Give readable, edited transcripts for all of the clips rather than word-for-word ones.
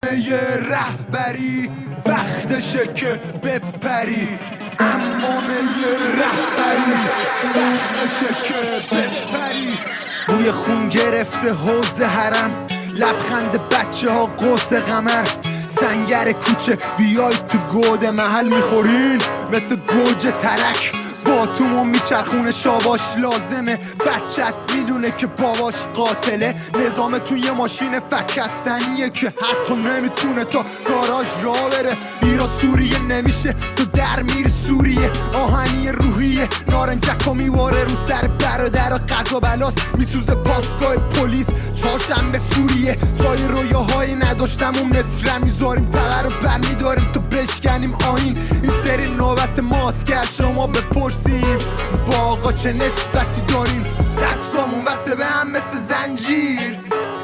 یه رهبری وقتشه که بپری، امام یه رهبری وقتشه که بپری. بوی خون گرفته حوض حرم، لبخند بچه ها قوس قمر، سنگر کوچه بیای تو گود محل میخورین مثل گوجه ترک. با تو میچرخونه شاباش لازمه، بچت میدونه که باباش قاتله. نظام توی ماشین فکستنیه که حتی نمیتونه تا گاراژ را بره. ایران سوریه نمیشه تو در میری سوریه، آهنی روحیه نارنجکو میواره رو سر برادر قضا بلاس، میسوزه پاسگاه پلیس چهارشنبه سوریه. جای رویاهایی نداشتم و مصر میذاریم تبر رو بر میداریم تو بشکنیم آین. این سری نوبت ماست که شما بپرسیم با آقا چه نسبتی داریم. دستامون بسته به هم مثل زنجیر،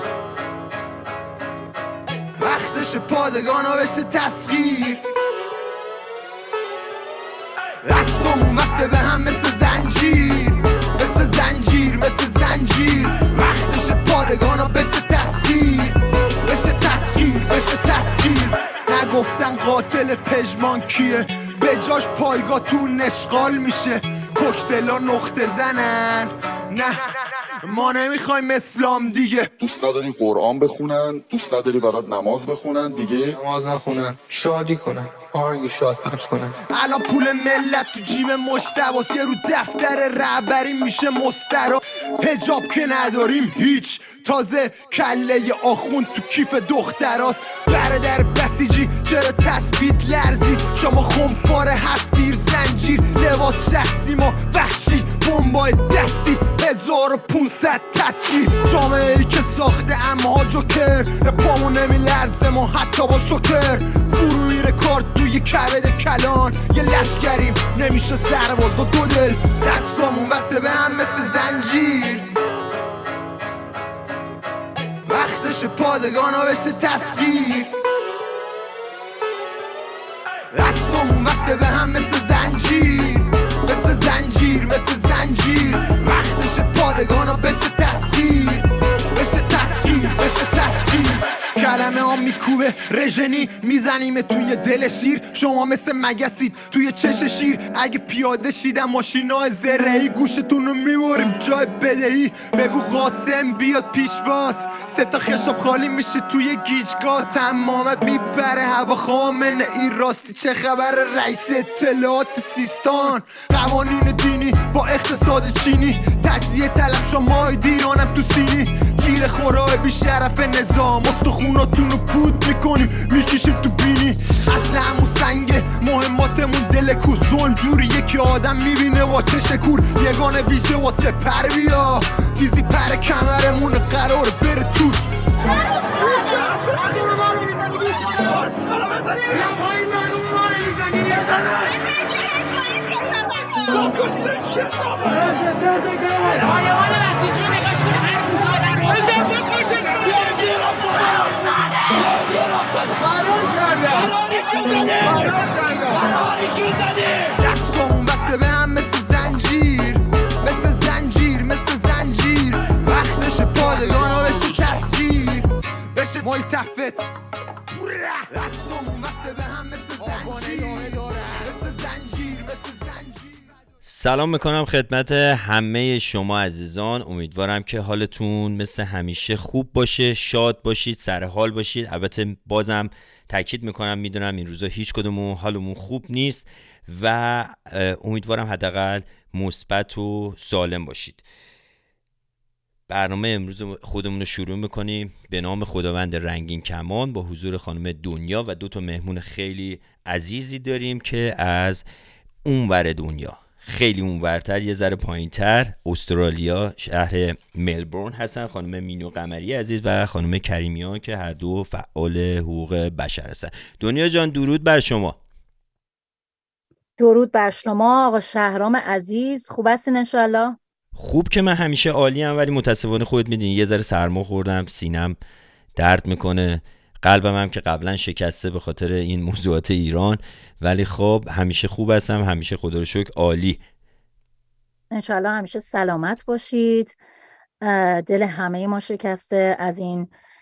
وقتش پادگانا بشه تسخیر. دستامون بسته به هم مثل زنجیر، مثل زنجیر، مثل زنجیر. وقتش پادگانا بشه تسخیر، بشه تسخیر، بشه تسخیر. نگفتن قاتل پژمان کیه، به جاش پایگاه تو نشغال میشه. کوکتلا نقطه زنن، نه ما نمیخوایم اسلام دیگه. دوست نداری قرآن بخونن، دوست نداری برات نماز بخونن دیگه، نماز نخونن، شادی کنن، آهنگ شاد پخش کنن. الان پول ملت تو جیب مشتباس، یه رو دفتر رهبری میشه مسترا. حجاب که نداریم هیچ، تازه کله آخوند تو کیف دختراست. برادر بسیجی چرا تثبیت لرزید، شما خمپار هفتیر زنجیر. لباس شخصی ما وحشی، بمبای دستی 1500 تصویر. جامعه ای که ساخته اما جوکر، پامون نمیلرزه ما حتی با شکر. فرو میره کارت توی کبد کلان، یه لشکریم نمیشه سرباز و دو دل. دستامون بسته به هم مثل زنجیر، وقتش پادگانا بشه تسخیر. دستامون بسته به هم مثل زنجیر، مثل زنجیر، مثل زنجیر. وقتش پادگانا بشه تسخیر، بشه تسخیر، بشه تسخیر. کلمه ها میکوبه رژنی، میزنیم توی دل شیر. شما مثل مگسید توی چش شیر، اگه پیاده شیدن ماشینای زرهی گوشتون رو میبریم جای بدهی. بگو قاسم بیاد پیشواز، 3 تا خشاب خالی میشه توی گیجگاه. تمامت میبره هوا خامنه ای، راستی چه خبر رئیس اطلاعات سیستان. قوانین دینی با اقتصاد چینی، تجزیه طلب شمای دیرانم تو سینی. گیر خورای بی شرف نظام، استخوناتون رو پود میکنیم میکشیم تو بینی. اصل همون سنگه مهماتمون دل کو، ظلم جوریه که آدم میبینه با چش کور. یگانه ویژه واسه پر بیا، تیزی پر کمرمون قرار بره توت. دستامون بسته به هم مثل زنجیر، مثل زنجیر، مثل زنجیر. وقتش پادگانا بشه تسخیر، بشه ملتفت. دستامون بسته به هم مثل زنجیر، مثل زنجیر، مثل زنجیر. سلام میکنم خدمت همه شما عزیزان. امیدوارم که حالتون مثل همیشه خوب باشه، شاد باشید، سر حال باشید. البته بازم تاکید میکنم، میدونم این روزا هیچ کدومون حالمون خوب نیست و امیدوارم حداقل مثبت و سالم باشید. برنامه امروز خودمون رو شروع میکنیم به نام خداوند رنگین کمان، با حضور خانم دنیا و 2 تا مهمون خیلی عزیزی داریم که از اونور دنیا، خیلی اونورتر، یه ذره پایینتر، استرالیا، شهر ملبورن هستن. خانم مینو قمری عزیز و خانم کریمیان که هر دو فعال حقوق بشر هستن. دنیا جان درود بر شما. درود بر شما آقا شهرام عزیز، خوب هستین انشالله؟ خوب که من همیشه عالی ام، ولی متاسفانه خودت میدونی یه ذره سرما خوردم، سینم درد میکنه، قلبم هم که قبلا شکسته به خاطر این موضوعات ایران، ولی خب همیشه خوب هستم، همیشه خدا رو شکر عالی. انشالله همیشه سلامت باشید. دل همه ما شکسته از این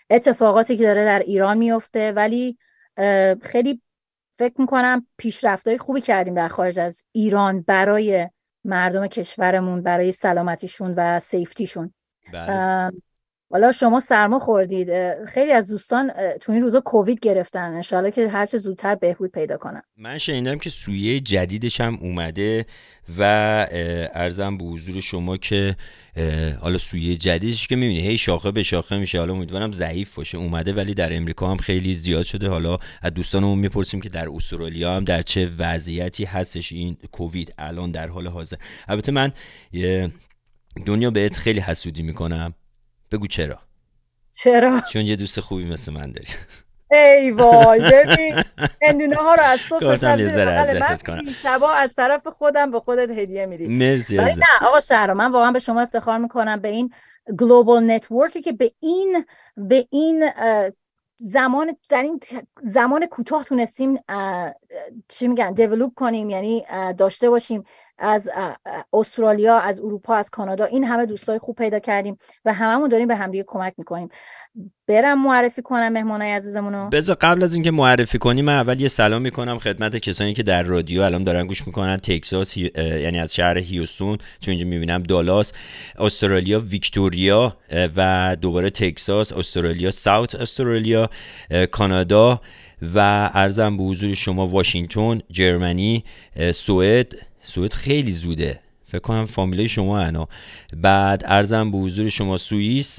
اتفاقاتی که داره در ایران میفته، ولی خیلی فکر میکنم پیشرفت‌های خوبی کردیم در خارج از ایران برای مردم کشورمون، برای سلامتیشون و سیفتیشون. بله. حالا شما سرما خوردید، خیلی از دوستان تو این روزا کووید گرفتن، انشالله که هرچه زودتر بهبود پیدا کنن. من شنیدم که سویه جدیدش هم اومده و عرضم به حضور شما که حالا سویه جدیدش که میبینی هی شاخه به شاخه میشه، حالا امیدوارم ضعیف باشه، اومده ولی در امریکا هم خیلی زیاد شده. حالا از دوستانمون میپرسیم که در استرالیا هم در چه وضعیتی هستش این کووید الان در حال حاضر. البته من دنیا بهت خیلی حسودی میکنم. بگو چرا؟ چون یه دوست خوبی مثل من داری. ای وای، ببین هندونه ها رو از صبح تا شب یه ذره اذیتت کنم. شبا از طرف خودم به خودت هدیه میدی. مرسی. نه آقا شهرام، من واقعا به شما افتخار میکنم، به این گلوبال نتورکی که به این زمان، در این زمان کوتاه تونستیم چی میگن دیولوپ کنیم، یعنی داشته باشیم. از استرالیا، از اروپا، از کانادا، این همه دوستای خوب پیدا کردیم و هممون داریم به همدیگه کمک میکنیم. برم معرفی کنم مهمونای عزیزمونو. بذار قبل از اینکه معرفی کنی من اول یه سلام میکنم خدمت کسانی که در رادیو الان دارن گوش میکنن. تگزاس، یعنی از شهر هیوستون، چون اینجا میبینم دالاس، استرالیا ویکتوریا و دوباره تگزاس، استرالیا ساوت استرالیا، کانادا و عرضم به حضور شما واشنگتن، جرمنی، سوئد خیلی زوده، فکر کنم فامیله شما انا. بعد عرضم به حضور شما سوئیس،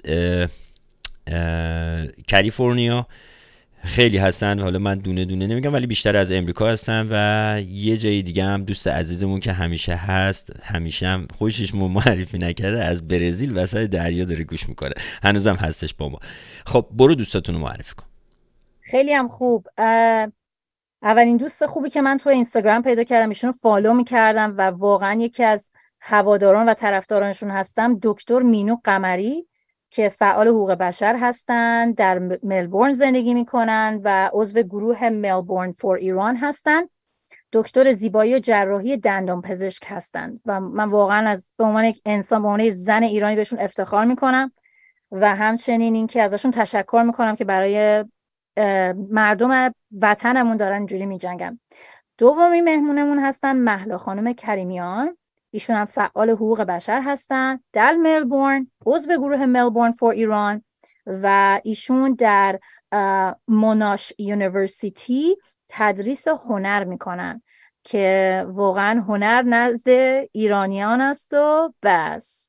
کالیفرنیا خیلی هستن. حالا من دونه دونه نمیگم ولی بیشتر از امریکا هستن و یه جای دیگه هم دوست عزیزمون که همیشه هست، همیشه هم خوشش معرفی نکرده، از برزیل وسط دریا داره گوش میکنه، هنوزم هستش با ما. خب برو دوستاتون رو معرفی کن. خیلی هم خوب. اولین دوست خوبی که من تو اینستاگرام پیدا کردم، ایشونو فالو میکردم و واقعا یکی از هواداران و طرفدارانشون هستم، دکتر مینو قمری که فعال حقوق بشر هستن، در ملبورن زندگی میکنن و عضو گروه ملبورن فور ایران هستن. دکتر زیبایی و جراحی دندان پزشک هستن و من واقعا به عنوان یک انسان، به عنوان یک زن ایرانی بهشون افتخار میکنم و همچنین این که ازشون تشکر میکنم که برای مردم وطنمون دارن اینجوری میجنگن. دومی مهمونمون هستن مهلا خانم کریمیان، ایشون هم فعال حقوق بشر هستن در ملبورن، عضو گروه ملبورن فور ایران و ایشون در موناش یونیورسیتی تدریس هنر میکنن که واقعا هنر نزد ایرانیان است و بس.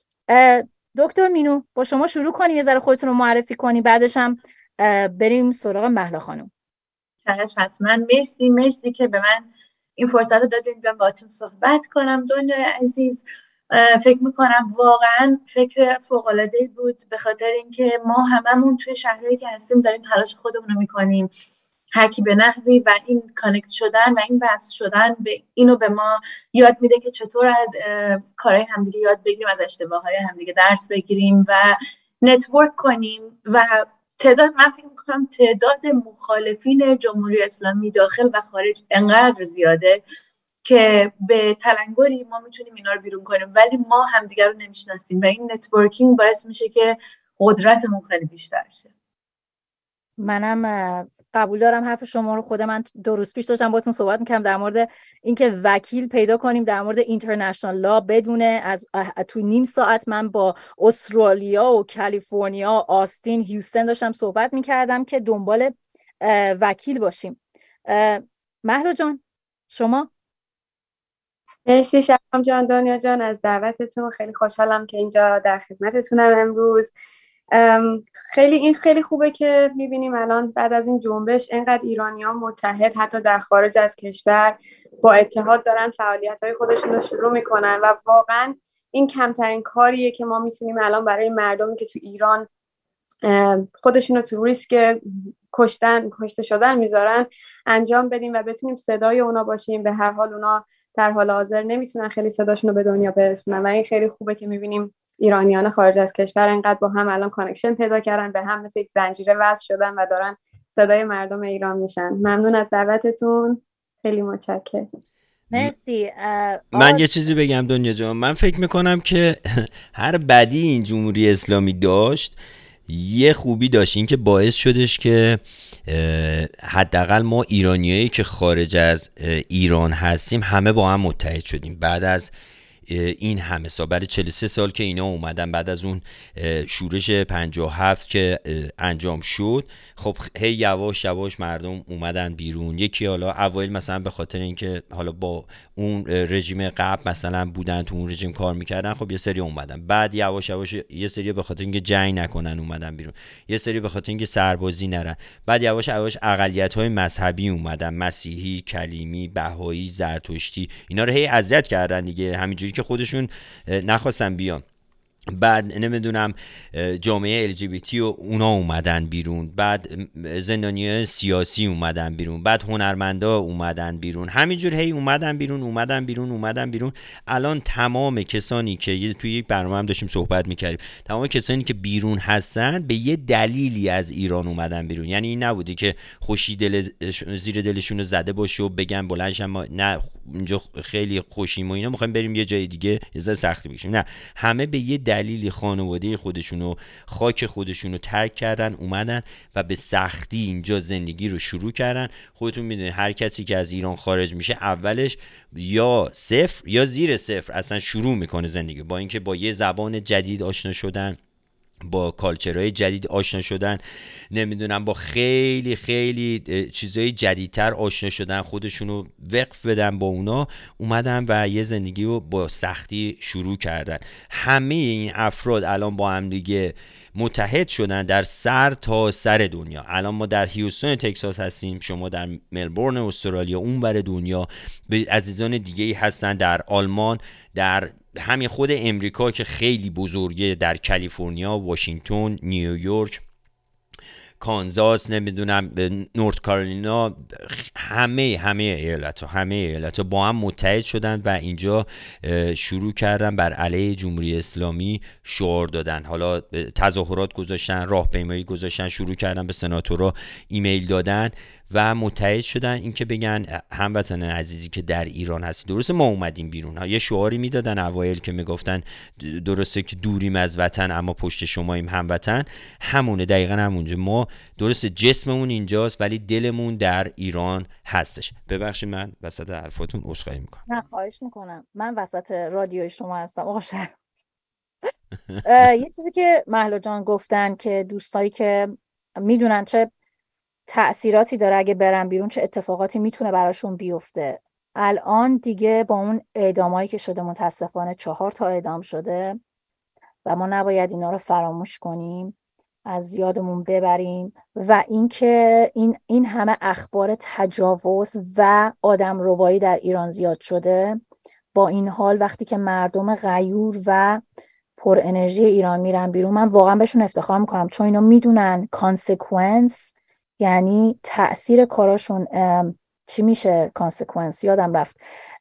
دکتر مینو با شما شروع کنیم، یه ذره خودتون رو معرفی کنی، بعدش هم بریم سراغ مهلا خانم. حتما. مرسی که به من این فرصت رو دادین بیام باهاتون صحبت کنم. دنیای عزیز، فکر میکنم واقعا فکر فوق‌العاده‌ای بود، به خاطر اینکه ما هممون توی شهری که هستیم داریم تلاش خودمون رو میکنیم، هر کی به نحوی، و این کانکت شدن و این وصل شدن اینو به ما یاد میده که چطور از کارهای همدیگه یاد بگیریم، از اشتباههای همدیگه درس بگیریم و نتورک کنیم. و من فکر میکنم تعداد مخالفین جمهوری اسلامی داخل و خارج انقدر زیاده که به تلنگری ما میتونیم اینا رو بیرون کنیم، ولی ما همدیگر رو نمیشناسیم و این نتورکینگ باعث میشه که قدرتمون خیلی بیشتر شه. منم قبول دارم حرف شما رو. خود من 2 روز پیش داشتم باهاتون صحبت می‌کردم در مورد اینکه وکیل پیدا کنیم در مورد اینترنشنال لا بدونه. از تو نیم ساعت من با استرالیا و کالیفرنیا، آستین، هیوستن داشتم صحبت می‌کردم که دنبال وکیل باشیم. مهلا جان شما؟ مرسی شهرام جان، دنیا جان از دعوتتون. خیلی خوشحالم که اینجا در خدمتتونم امروز. خیلی خوبه که میبینیم الان بعد از این جنبش اینقدر ایرانیان متحد حتی در خارج از کشور با اتحاد دارن فعالیت‌های خودشون رو شروع میکنن و واقعا این کمترین کاریه که ما میتونیم الان برای مردمی که تو ایران خودشون رو تو ریسک کشته شدن میذارن انجام بدیم و بتونیم صدای اونا باشیم. به هر حال اونا در حال حاضر نمیتونن خیلی صداشون رو به دنیا برسونن و این خیلی خوبه که میبینیم ایرانیان خارج از کشور انقدر با هم الان کانکشن پیدا کردن، به هم مثل یک زنجیره وصل شدن و دارن صدای مردم ایران میشن. ممنون از دعوتتون، خیلی متشکرم. مرسی. من یه چیزی بگم دنیا جان، من فکر میکنم که هر بدی این جمهوری اسلامی داشت یه خوبی داشت، این که باعث شدش که حداقل ما ایرانیایی که خارج از ایران هستیم همه با هم متحد شدیم بعد از این همه سال، بعد 43 سال که اینا اومدن، بعد از اون شورش 57 که انجام شد. خب هی یواش یواش مردم اومدن بیرون. یکی حالا اوایل مثلا به خاطر اینکه حالا با اون رژیم قبل مثلا بودن، تو اون رژیم کار میکردن، خب یه سری اومدن. بعد یواش یواش یه سری به خاطر اینکه جنگ نکنن اومدن بیرون، یه سری به خاطر اینکه سربازی نرن. بعد یواش یواش اقلیت‌های مذهبی اومدن، مسیحی، کلیمی، بهایی، زرتشتی، اینا رو هی اذیت کردن دیگه، همینجوری که خودشون نخواستن بیان. بعد نمیدونم جامعه LGBT و اونا اومدن بیرون، بعد زندانیای سیاسی اومدن بیرون، بعد هنرمندا اومدن بیرون، همینجور هی اومدن بیرون. الان تمام کسانی که توی یک برنامه هم داشتیم صحبت میکردیم، تمام کسانی که بیرون هستن به یه دلیلی از ایران اومدن بیرون. یعنی این نبوده که خوشی زیر دلشون رو زده باشه و بگن بلندشن ما نه اینجا خیلی خوشیم و اینا میخوایم بریم یه جای دیگه یه ذره سختی بکشیم. نه، همه به یه دلیلی خانواده خودشونو، خاک خودشونو ترک کردن، اومدن و به سختی اینجا زندگی رو شروع کردن. خودتون میدونید هر کسی که از ایران خارج میشه اولش یا صفر یا زیر صفر اصلا شروع میکنه زندگی، با اینکه با یه زبان جدید آشنا شدن، با کالچرهای جدید آشنا شدن، نمیدونم با خیلی خیلی چیزهای جدیدتر آشنا شدن، خودشونو وقف بدن با اونا، اومدن و یه زندگی رو با سختی شروع کردن. همه این افراد الان با هم دیگه متحد شدن در سر تا سر دنیا. الان ما در هیوستون تگزاس هستیم، شما در ملبورن استرالیا، اون بر دنیا به عزیزان دیگه هستن در آلمان، در همین خود امریکا که خیلی بزرگه، در کالیفرنیا، واشنگتن، نیویورک، کانزاس، نمیدونم نورت کارولاینا، همه ایالت‌ها با هم متحد شدن و اینجا شروع کردن بر علیه جمهوری اسلامی شعار دادن. حالا تظاهرات گذاشتن، راهپیمایی گذاشتن، شروع کردن به سناتورها ایمیل دادن و متحد شدن این که بگن هموطن عزیزی که در ایران هستی. درسته ما اومدیم بیرون ها، یه شعاری میدادن اوایل که میگفتن درسته که دوریم از وطن اما پشت شماییم هموطن. همونه، دقیقاً همونجا. ما درسته جسممون اینجاست ولی دلمون در ایران هستش. ببخشید من وسط حرفاتون عذرخواهی میکنم. نه خواهش میکنم، من وسط رادیوی شما هستم آقا شهر. یه چیزی که مهلا جان گفتن که دوستایی که میدونن چه تأثیراتی داره اگه برن بیرون، چه اتفاقاتی میتونه براشون بیفته. الان دیگه با اون اعدامایی که شده، متاسفانه 4 تا اعدام شده و ما نباید اینا رو فراموش کنیم، از یادمون ببریم. و اینکه این همه اخبار تجاوز و آدمربایی در ایران زیاد شده، با این حال وقتی که مردم غیور و پر انرژی ایران میرن بیرون، من واقعا بهشون افتخار میکنم، چون اینا میدونن کانسیکوئنس، یعنی تأثیر کاراشون چی میشه. کانسیکوئنس یادم رفت،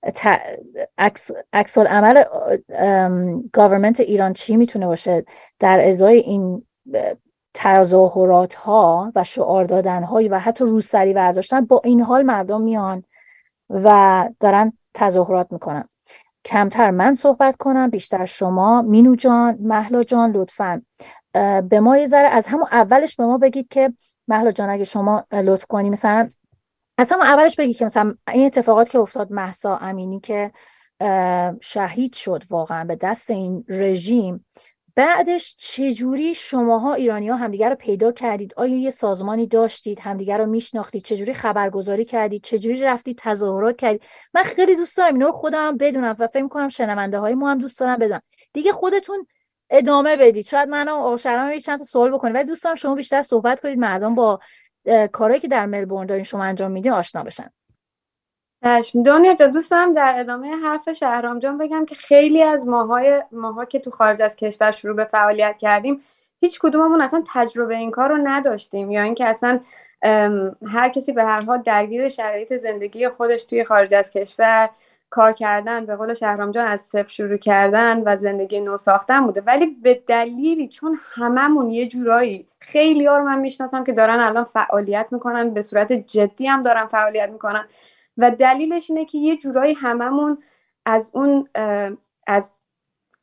عکس العمل گاورمنت ایران چی میتونه باشه در ازای این تظاهرات ها و شعار دادن های و حتی روسری برداشتن. با این حال مردم میان و دارن تظاهرات میکنن. کمتر من صحبت کنم، بیشتر شما. مینو جان، مهلا جان، لطفاً به ما یه ذره از همون اولش به ما بگید که مهلا جان اگه شما لطف کنی، مثلا از همون اولش بگید که مثلا این اتفاقات که افتاد، مهسا امینی که شهید شد واقعا به دست این رژیم، بعدش چجوری شماها ایرانی‌ها همدیگر رو پیدا کردید؟ آیا یه سازمانی داشتید، همدیگر رو میشناختید؟ چجوری خبرگزاری کردید؟ چجوری رفتید تظاهرات کردید؟ من خیلی دوست دارم اینو خودم بدونم و فکر می‌کنم شنونده های ما هم دوست دارن بدونن. دیگه خودتون ادامه بدید، شاید منو آشرام چند تا سوال بکنید، ولی دوست دارم شما بیشتر صحبت کنید، مردم با کارهایی که در ملبورن دارین شما انجام میدید آشنا بشن. دنیا جان، دوست دارم در ادامه حرف شهرام جان بگم که خیلی از ماها که تو خارج از کشور شروع به فعالیت کردیم، هیچ کدوممون اصلا تجربه این کار رو نداشتیم، یا اینکه اصلا هر کسی به هر حال درگیر شرایط زندگی خودش توی خارج از کشور کار کردن، به قول شهرام جان از صفر شروع کردن و زندگی نو ساختن بوده. ولی به دلیلی، چون هممون یه جورایی، خیلی ها رو من میشناسم که دارن الان فعالیت میکنن، به صورت جدی هم دارن فعالیت میکنن، و دلیلش اینه که یه جورایی هممون از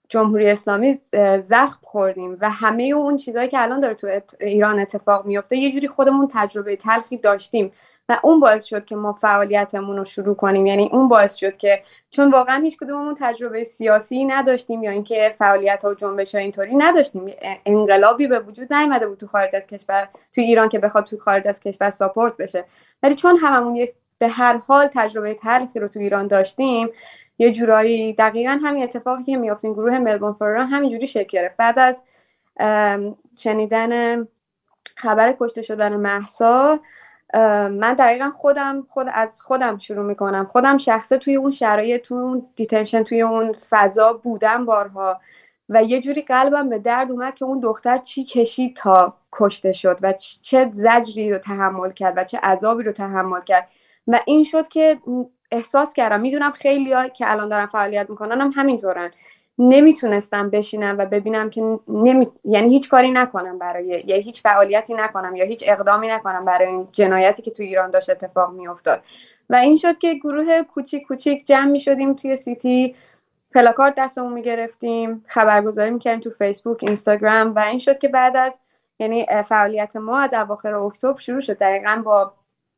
جمهوری اسلامی زخم خوردیم و همه اون چیزایی که الان داره تو ایران اتفاق میفته یه جوری خودمون تجربه تلخی داشتیم و اون باعث شد که ما فعالیتمون رو شروع کنیم. یعنی اون باعث شد که چون واقعا هیچ کدوممون تجربه سیاسی نداشتیم یا اینکه فعالیت‌ها و جنبش‌ها اینطوری نداشتیم، انقلابی به وجود نیامده بود تو خارج از کشور، تو ایران که بخواد تو خارج از کشور ساپورت بشه. ولی چون هممون به هر حال تجربه تلخی رو تو ایران داشتیم، یه جورایی دقیقاً همین اتفاقی که میفته این گروه ملبورن فور ایران همینجوری شکل گرفت. بعد از شنیدن خبر کشته شدن مهسا، من دقیقاً از خودم شروع میکنم. خودم شخصه توی اون شرایط، توی اون دیتنشن، توی اون فضا بودم بارها و یه جوری قلبم به درد اومد که اون دختر چی کشید تا کشته شد و چه زجری رو تحمل کرد و چه عذابی رو تحمل کرد. و این شد که احساس کردم، میدونم خیلی‌ها که الان دارن فعالیت میکنن هم همینطورن، نمیتونستم بشینم و ببینم که یعنی هیچ کاری نکنم برای، یا هیچ فعالیتی نکنم یا هیچ اقدامی نکنم برای این جنایتی که تو ایران داشت اتفاق میافتاد. و این شد که گروه کوچیک کوچیک جمع میشدیم توی سیتی، پلاکارد دستمون میگرفتیم، خبرگزاری میکردیم تو فیسبوک، اینستاگرام. و این شد که بعد از یعنی فعالیت ما از اواخر اکتبر شروع شد، دقیقاً با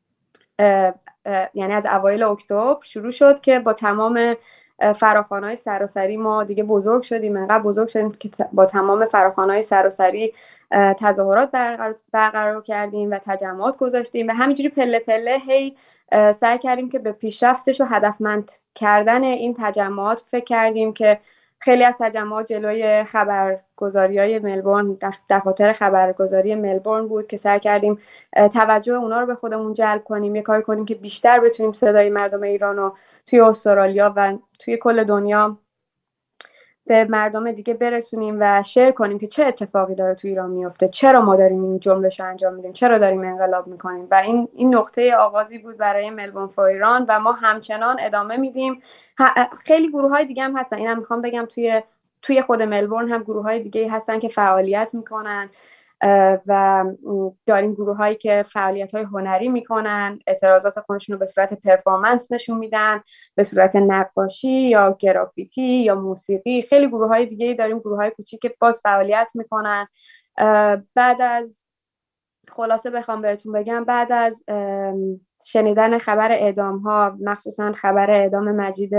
یعنی از اوایل اکتبر شروع شد که با تمام فراخوان‌های سراسری ما دیگه بزرگ شدیم، انقدر بزرگ شدیم که با تمام فراخوان‌های سراسری تظاهرات برقرار کردیم و تجمعات گذاشتیم و همینجوری پله پله هی سعی کردیم که به پیشرفتش و هدفمند کردن این تجمعات فکر کردیم که خیلی از تجمعات جلوی خبرگزاری‌های ملبورن، دفاتر خبرگزاری ملبورن بود که سعی کردیم توجه اونا رو به خودمون جلب کنیم، یه کاری کنیم که بیشتر بتونیم صدای مردم ایران رو توی استرالیا و توی کل دنیا به مردم دیگه برسونیم و شیر کنیم که چه اتفاقی داره تو ایران میفته، چرا ما داریم این جنبش رو انجام میدیم، چرا داریم انقلاب میکنیم. و این نقطه آغازی بود برای ملبورن فور ایران و ما همچنان ادامه میدیم. خیلی گروه‌های دیگه هم هستن، اینم میخوام بگم توی خود ملبورن هم گروه‌های دیگه هستن که فعالیت میکنن و داریم گروه‌هایی که فعالیت‌های هنری میکنن، اعتراضات خودشون رو به صورت پرفورمنس نشون میدن، به صورت نقاشی یا گرافیتی یا موسیقی. خیلی گروه‌های دیگه داریم، گروه‌های کوچیک که باز فعالیت میکنن. بعد از خلاصه بخوام بهتون بگم، بعد از شنیدن خبر اعدام‌ها، مخصوصا خبر اعدام مجید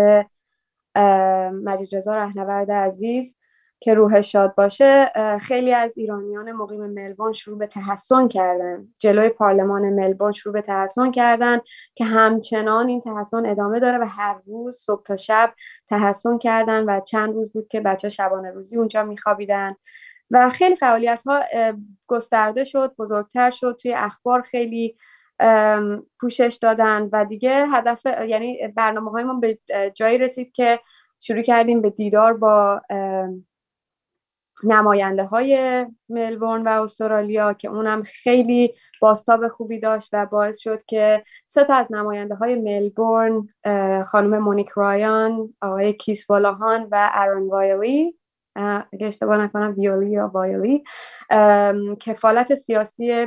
رضا رهنورد عزیز که روحش شاد باشه، خیلی از ایرانیان مقیم ملبورن شروع به تحسن کردن، جلوی پارلمان ملبورن شروع به تحسن کردن که همچنان این تحسن ادامه داره و هر روز صبح تا شب تحسن کردن و چند روز بود که بچه شبانه روزی اونجا میخوابیدن و خیلی فعالیت ها گسترده شد، بزرگتر شد، توی اخبار خیلی پوشش دادن و دیگه یعنی برنامه‌های ما به جایی رسید که شروع کردیم به دیدار با نماینده های ملبورن و استرالیا که اونم خیلی بازتاب خوبی داشت و باعث شد که 3 از نماینده های ملبورن، خانم مونیک رایان، آقای کیس والاهان و ارون وایلی، اگه اشتباه نکنم ویولی یا وایلی، کفالت سیاسی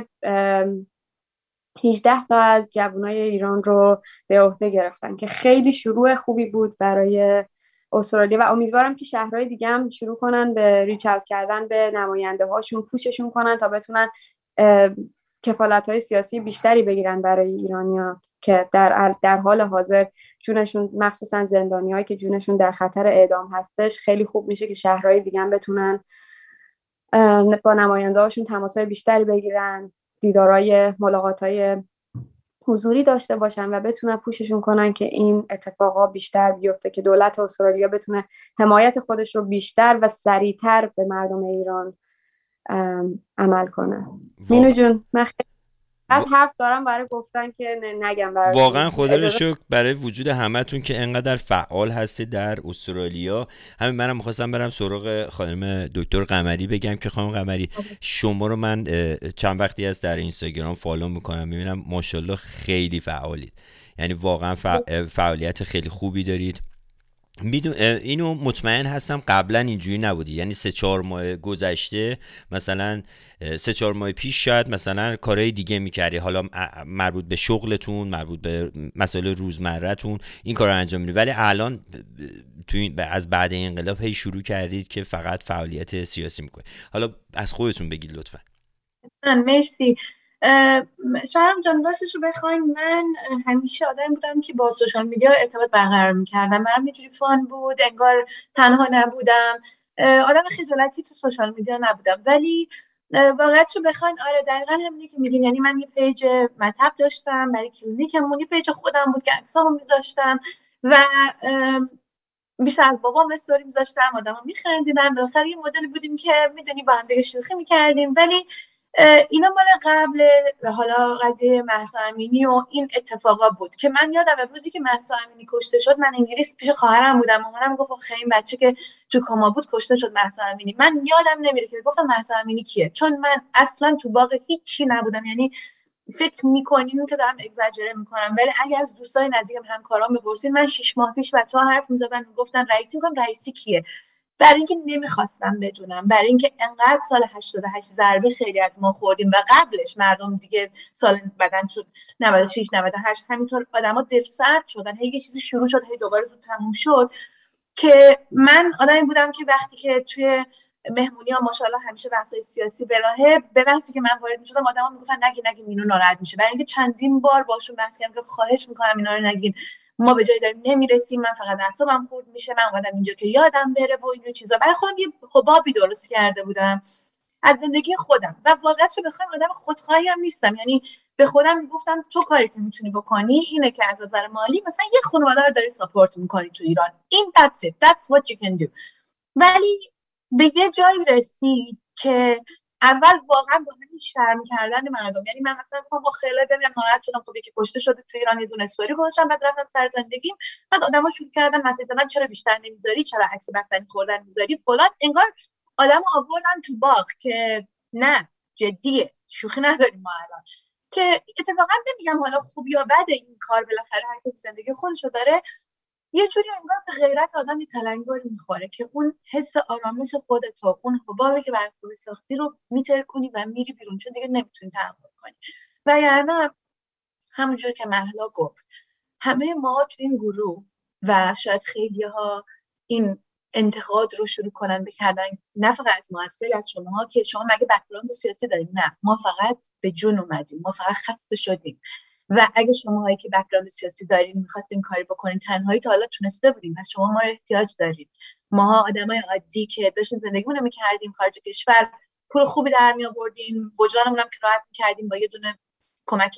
18 تا از جوانای ایران رو به عهده گرفتن که خیلی شروع خوبی بود برای استرالیا و امیدوارم که شهرهای دیگه هم شروع کنن به ریچ اوت کردن به نماینده هاشون، پوششون کنن تا بتونن کفالت‌های سیاسی بیشتری بگیرن برای ایرانیا که در حال حاضر جونشون، مخصوصا زندانیایی که جونشون در خطر اعدام هستش، خیلی خوب میشه که شهرهای دیگه هم بتونن با نماینده هاشون تماس‌های بیشتری بگیرن، دیدارای، ملاقات‌های حضوری داشته باشن و بتونن پوششون کنن که این اتفاقا بیشتر بیفته، که دولت استرالیا بتونه حمایت خودش رو بیشتر و سریعتر به مردم ایران عمل کنه. مینو جون، من از حرف دارم برای گفتن که نگم برای واقعا خدا رو شکر برای وجود همتون که انقدر فعال هستی در استرالیا. همین منم می‌خواستم برم سراغ خانم دکتر قمری بگم که خانم قمری، شما رو من چند وقتی از در اینستاگرام فالو میکنم، میبینم ماشاءالله خیلی فعالید، یعنی واقعا فعالیت خیلی خوبی دارید اینو مطمئن هستم قبلا اینجوری نبودی، یعنی 3-4 ماه گذشته مثلا 3-4 ماه پیش شاید مثلا کارهای دیگه میکردی، حالا مربوط به شغلتون، مربوط به مسائل روزمره‌تون این کار رو انجام میدید، ولی الان تو از بعد انقلاب هی شروع کردید که فقط فعالیت سیاسی میکنید. حالا از خودتون بگید لطفا. مرسی. شهرام جان، راستش رو بخواین من همیشه آدم بودم که با سوشال میدیا ارتباط برقرار میکردم. برام یه جوری فان بود، انگار تنها نبودم. آدم خجالتی تو سوشال میدیا نبودم، ولی واقعیتش رو بخواین آره دقیقاً همینی که میگین. یعنی من یه پیج مطب داشتم برای کلینیکمون، یه پیج خودم بود که عکسامو میذاشتم و بیشتر از بابام استوری میذاشتم، آدما میخندیدن. بالاخره یه مدلی بودیم که میدونی با هم دیگه شوخی میکردیم. ولی اینا مال قبل حالا قضیه مهسا امینی و این اتفاقا بود که من یادم روزی که مهسا امینی کشته شد، من انگلیس پیش خواهرم بودم، مامانم گفت خیلی بچه که تو کما بود کشته شد مهسا امینی. من یادم نمیره که گفتم مهسا امینی کیه، چون من اصلا تو باغ هیچی نبودم. یعنی فکر میکنین که دارم اگزاجره میکنم، ولی اگه از دوستای نزدیکم همکارام بپرسین، من 6 ماه پیش بچه‌ها حرف میزدن میگفتن رئیسی. میگم رئیسی کیه؟ برای اینکه نمیخواستم بدونم، برای اینکه انقدر سال 88 ضربه خیلی از ما خوردیم و قبلش مردم دیگه سال بدن شد 96 98 همینطور آدما دل سرد شدن، هی یه چیزی شروع شد هی دوباره زود تموم شد. که من آدمی بودم که وقتی که توی مهمونی ها ماشاءالله همیشه بحثای سیاسی به راهه، به بحثی که من وارد میشدم آدما میگفتن نگین مینو ناراحت میشه، برای اینکه چندین بار باشون بحث کردم که خواهش میکنم اینا رو نگین، ما به جایی داریم نمیرسیم، من فقط اعصابم خورد میشه، من اومدم اینجا که یادم بره و اینجور چیزا. برای خودم یه حبابی درست کرده بودم از زندگی خودم و واقعیتش رو بخوام آدم خودخواهی هم نیستم. یعنی به خودم میگفتم تو کاری که میتونی بکنی اینه که از نظر مالی مثلا یه خانواده رو داری ساپورت میکنی تو ایران، این that's it, that's what you can do. ولی به یه جایی رسید که اول واقعا با همین شرم کردن مردم، یعنی من مثلا با خیلی ببینم ناراحت شدم، خب یکی کشته شده تو ایران، یه دونه استوری گذاشتم، بعد رفتم سر زندگیم، بعد آدما شروع کردن مسیج زدن چرا بیشتر نمیذاری، چرا عکس بختنی خوردن میذاری فلان. انگار آدمو آوردن تو باغ که نه جدیه، شوخی نداریم ما الان. که اتفاقا نمیگم حالا خوب یا بده این کار، بالاخره هر کسی زندگی خودشو داره. یه جوری انگار به غیرت آدم تلنگری میخوره که اون حس آرامش خودتو، اون حبابی که برای خودت ساختی رو میترکونی و میری بیرون، چون دیگه نمیتونی تحمل کنی. و یعنی همونجور که مهلا گفت، همه ما تو این گروه و شاید خیلی ها این انتقاد رو شروع کنن بکردن، نه فقط از ما، از خیلی از شماها که شما مگه بک‌گراند سیاسی دارید؟ نه، ما فقط به جون اومدیم، ما فقط خسته شدیم. و اگه شماهایی که بک‌گراند سیاسی دارین می‌خواستین کاری بکنین، تنهایی تا حالا تونسته بودیم، پس شما ما رو احتیاج دارین. ماها آدمای عادی که داشتیم زندگیمون رو می‌کردیم خارج کشور، پول خوبی در می‌آوردیم، وجدانمون هم که راحت می‌کردیم با یه دونه کمک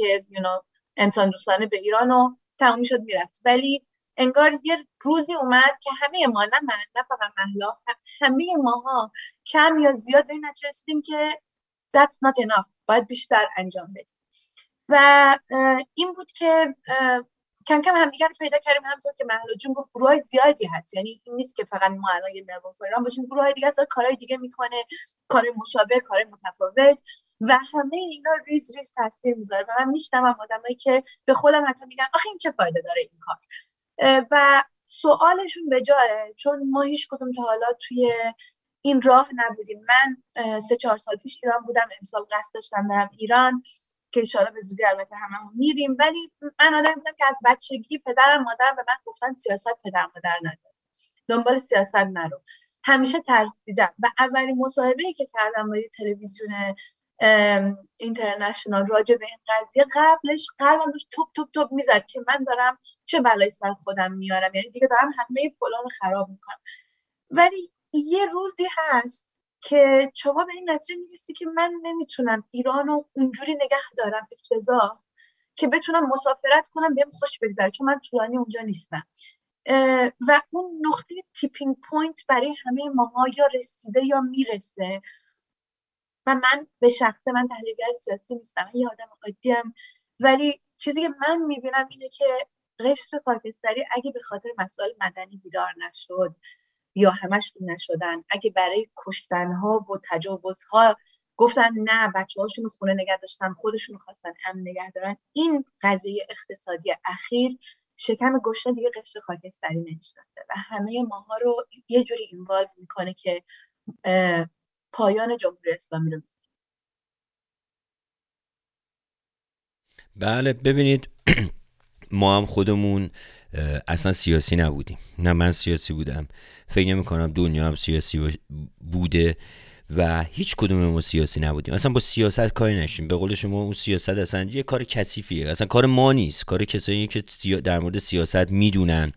انسان دوستانه به ایران و تموم شد میرفت. ولی انگار یه روزی اومد که همه ما، نه من، نه فقط مهلا، همه ماها کم یا زیاد به این نتیجه رسیدیم که that's not enough، باید بیشتر انجام بدیم. و این بود که کم کم همدیگر رو پیدا کردیم. همونطور که مهلا جون گفت گروهای زیادی هست، یعنی این نیست که فقط ما الان یه ملبورن ایران باشیم، گروهای دیگه هست کارهای دیگه میکنه، کار مشابه، کار متفاوت، و همه اینا ریز ریز تاثیر میذاره. و من میشنوم آدمایی که به خودم حتی میگن آخه این چه فایده داره این کار، و سوالشون به جایه، چون ما هیچ کدوم تا حالا توی این راه نبودیم. من 3-4 سال پیش ایران بودم، امسال قصد داشتم برم ایران که انشالله به زودی البته هممون میریم. ولی من آدمی بودم که از بچگی پدرم مادرم به من گفتن سیاست پدر مادر نداره، دنبال سیاست نرو. همیشه ترسیدم و اولین مصاحبه‌ای که کردم با تلویزیون اینترنشنال راجع به این قضیه، قبلش قلبم روش توپ توپ توپ میزد که من دارم چه بلایی سر خودم میارم، یعنی دیگه دارم همه پلان رو خراب میکنم. ولی یه روزی هست که شما به این نتیجه میرسی که من نمیتونم ایران رو اونجوری نگه دارم افتضاح که بتونم مسافرت کنم بهم خوش بگذره، چون من طولانی اونجا نیستم. و اون نقطه تیپینگ پوینت برای همه ماها یا رسیده یا میرسه. و من به شخصه من تحلیلگر سیاسی نیستم، من یه آدم عادیم، ولی چیزی که من میبینم اینه که قشر خاکستری اگه به خاطر مسائل مدنی بیدار نشد یا همشون نشدن، اگه برای کشتنها و تجاوزها گفتن نه بچه‌هاشون خونه نگه داشتن، خودشون خواستن امن نگه دارن، این قضیه اقتصادی اخیر شکم گشنه دیگه قشر خاکستری نمیشناسه و همه ماها رو یه جوری اینوالو میکنه که پایان جمهوری اسلامی رو. بله ببینید ما هم خودمون اصلا سیاسی نبودیم، نه من سیاسی بودم، فکر نمی کنم دنیا هم سیاسی بوده و هیچ کدوم ما سیاسی نبودیم، اصلا با سیاست کاری نشیم. به قول شما اون سیاست اصلا یه کار کثیفیه، اصلا کار ما نیست، کار کسایی که در مورد سیاست میدونن.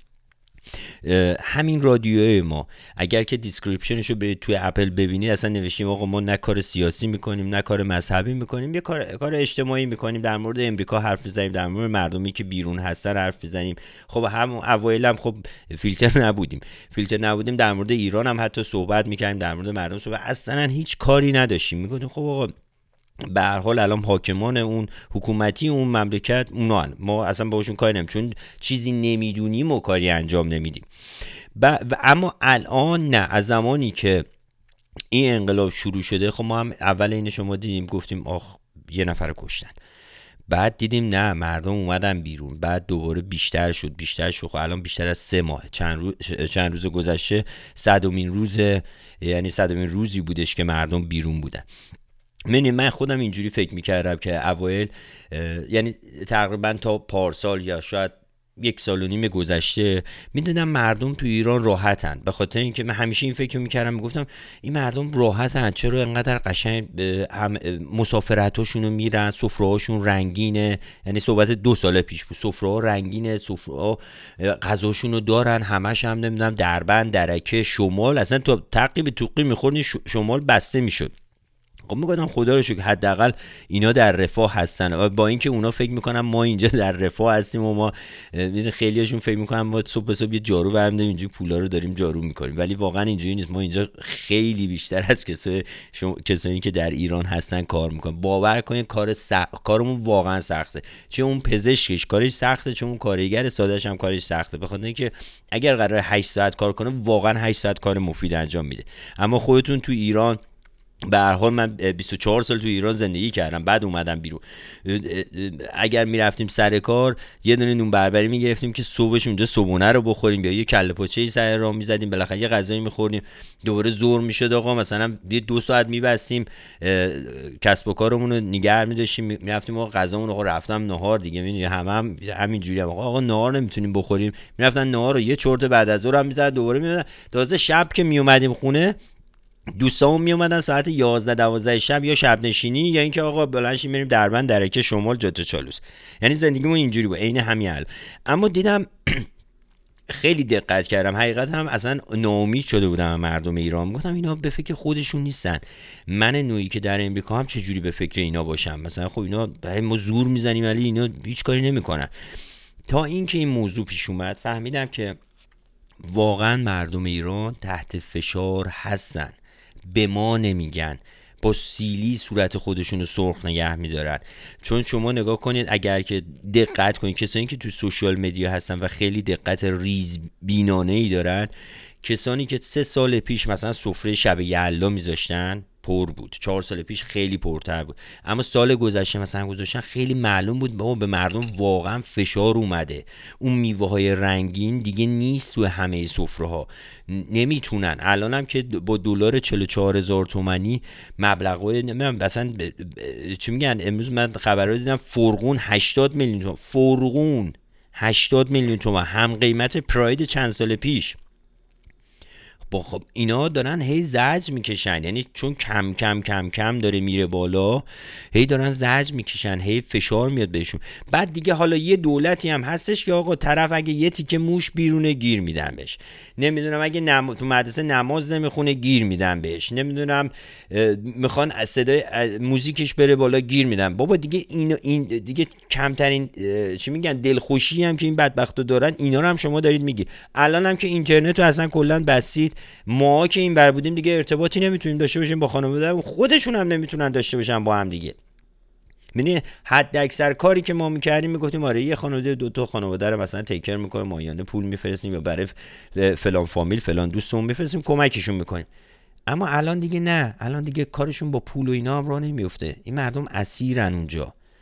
همین رادیوی ما اگر که دیسکریپشنش رو برید توی اپل ببینید اصلا نوشتیم آقا ما نه کار سیاسی میکنیم نه کار مذهبی میکنیم، یه کار اجتماعی میکنیم، در مورد امریکا حرف میزنیم، در مورد مردمی که بیرون هستن حرف میزنیم. خب همون اوایل هم خب فیلتر نبودیم، در مورد ایران هم حتی صحبت میکردیم، در مورد مردم صحبت، اصلا هیچ کاری نداشتیم. میگفتیم خب آقا به هر حال الان حاکمان اون حکومتی اون مملکت اونان، ما اصلا باهاشون کاری نمی‌کنیم چون چیزی نمیدونیم و کاری انجام نمیدیم. اما الان نه، از زمانی که این انقلاب شروع شده خب ما هم اول این شما دیدیم گفتیم آخ یه نفر کشتن، بعد دیدیم نه مردم اومدن بیرون، بعد دوباره بیشتر شد. خب الان بیشتر از 3 ماه، چند روز گذشته 100مین روز، یعنی 100مین روزی بودش که مردم بیرون بودن. من خودم اینجوری فکر میکردم که اوایل، یعنی تقریبا تا پارسال یا شاید 1 سال و نیم گذشته میدونم مردم تو ایران راحتن، به خاطر اینکه من همیشه این فکر میکردم، میگفتم این مردم راحتن، چرا انقدر قشنگ مسافرتاشونو میرن، سفره‌هاشون رنگینه، یعنی صحبت 2 سال پیش بود، سفره‌ها رنگینه، سفره‌ها غذاشونو دارن، همش هم نمیدونم دربند، درکه، شمال، اصلا تو تقی به توقی میخوردی شمال بسته میشد. خب میگم خدا رو شکر حداقل اینا در رفاه هستن، و با اینکه اونا فکر میکنن ما اینجا در رفاه هستیم و ما خیلیاشون فکر میکنن ما صبح به صبح یه جارو برمی‌داریم اینجا پولا رو داریم جارو میکنیم، ولی واقعا اینجوری نیست. ما اینجا خیلی بیشتر از کسایی که در ایران هستن کار میکنن. باور کنید کارمون واقعا سخته، چه اون پزشکش کارش سخته، چه اون کارگر ساده‌اش هم کارش سخته، به خاطر اینکه اگر قرار 8 ساعت کار کنه واقعا 8 ساعت کار مفید انجام میده. اما خودتون تو ایران، به هر حال من 24 سال تو ایران زندگی کردم، بعد اومدم بیرون، اگر میرفتیم سر کار یه دونه نون بربری میگرفتیم که صبحش اونجا صبحونه رو بخوریم یا یه کله پاچه‌ای سر راه میزدیم، بالاخره یه غذایی میخوردیم، دوباره ظهر میشد آقا مثلا یه 2 ساعت میبستیم کسب و کارمون رو نگه می‌داشتیم، میرفتیم آقا غذامون رو رفتم نهار دیگه، میدونی همینجوری آقا نهار نمیتونیم بخوریم، میرفتن نهار رو یه چرت بعد از ظهر هم میزدن، دوباره میاد. تازه شب که میومدیم خونه دوستامون می اومدن ساعت 11-12 شب یا شب نشینی یا اینکه آقا بلنشیم بریم دربند، درکه، شمال، جاده چالوس، یعنی زندگیمون اینجوری بود عین همین حال. اما دیدم خیلی دقت کردم، حقیقت هم اصلا ناامید شده بودم مردم ایران، گفتم اینا به فکر خودشون نیستن، من نوعی که در امریکا هم چجوری به فکر اینا باشم، مثلا خب اینا ما زور میزنیم ولی اینا هیچ کاری نمیکنن. تا اینکه این موضوع پیش اومد فهمیدم که واقعا مردم ایران تحت فشار هستن، به ما نمیگن، با سیلی صورت خودشون رو سرخ نگه میدارن. چون شما نگاه کنید، اگر که دقت کنید، کسانی که تو سوشال مدیا هستن و خیلی دقت ریز بینانه‌ای دارن، کسانی که 3 سال پیش مثلا سفره شب یلدا میذاشتن پر بود، 4 سال پیش خیلی پرتر بود، اما سال گذشته مثلا گذاشتن خیلی معلوم بود بابا به مردم واقعا فشار اومده، اون میوه های رنگین دیگه نیست تو همه سفره ها، نمیتونن. الان هم که با دلار 44,000 تومانی مبلغای مثلا چی میگن، امروز من خبرات دیدم فرغون 80 میلیون تومان، فرغون 80 میلیون تومان، هم قیمت پراید چند سال پیش. خب اینا دارن هی زجر میکشن، یعنی چون کم کم کم کم داره میره بالا، هی دارن زجر میکشن، هی فشار میاد بهشون. بعد دیگه حالا یه دولتی هم هستش که آقا طرف اگه یه تیکه موش بیرونه گیر میدن بهش، نمیدونم اگه تو مدرسه نماز نمیخونه گیر میدن بهش، نمیدونم میخوان صدای موزیکش بره بالا گیر میدن. بابا دیگه این دیگه کمترین چی میگن دلخوشی هم که این بدبختو دارن اینا رو هم شما دارید میگی. الان هم که اینترنت رو اصلا کلا بسید، ما که این بر بودیم دیگه ارتباطی نمیتونیم داشته باشیم با خانواده، خودشون هم نمیتونن داشته باشن با هم دیگه. یعنی حد اکثر کاری که ما میکردیم میگفتیم آره یه خانواده 2 تا خانواده رو مثلا تیکر میکنیم، ماهیانه پول میفرستیم یا برای فلان فامیل فلان دوستمون میفرستیم کمکشون میکنیم. اما الان دیگه نه، الان دیگه کارشون با پول و اینا هم راه نمیفته. این مردم اسیرن اونجا،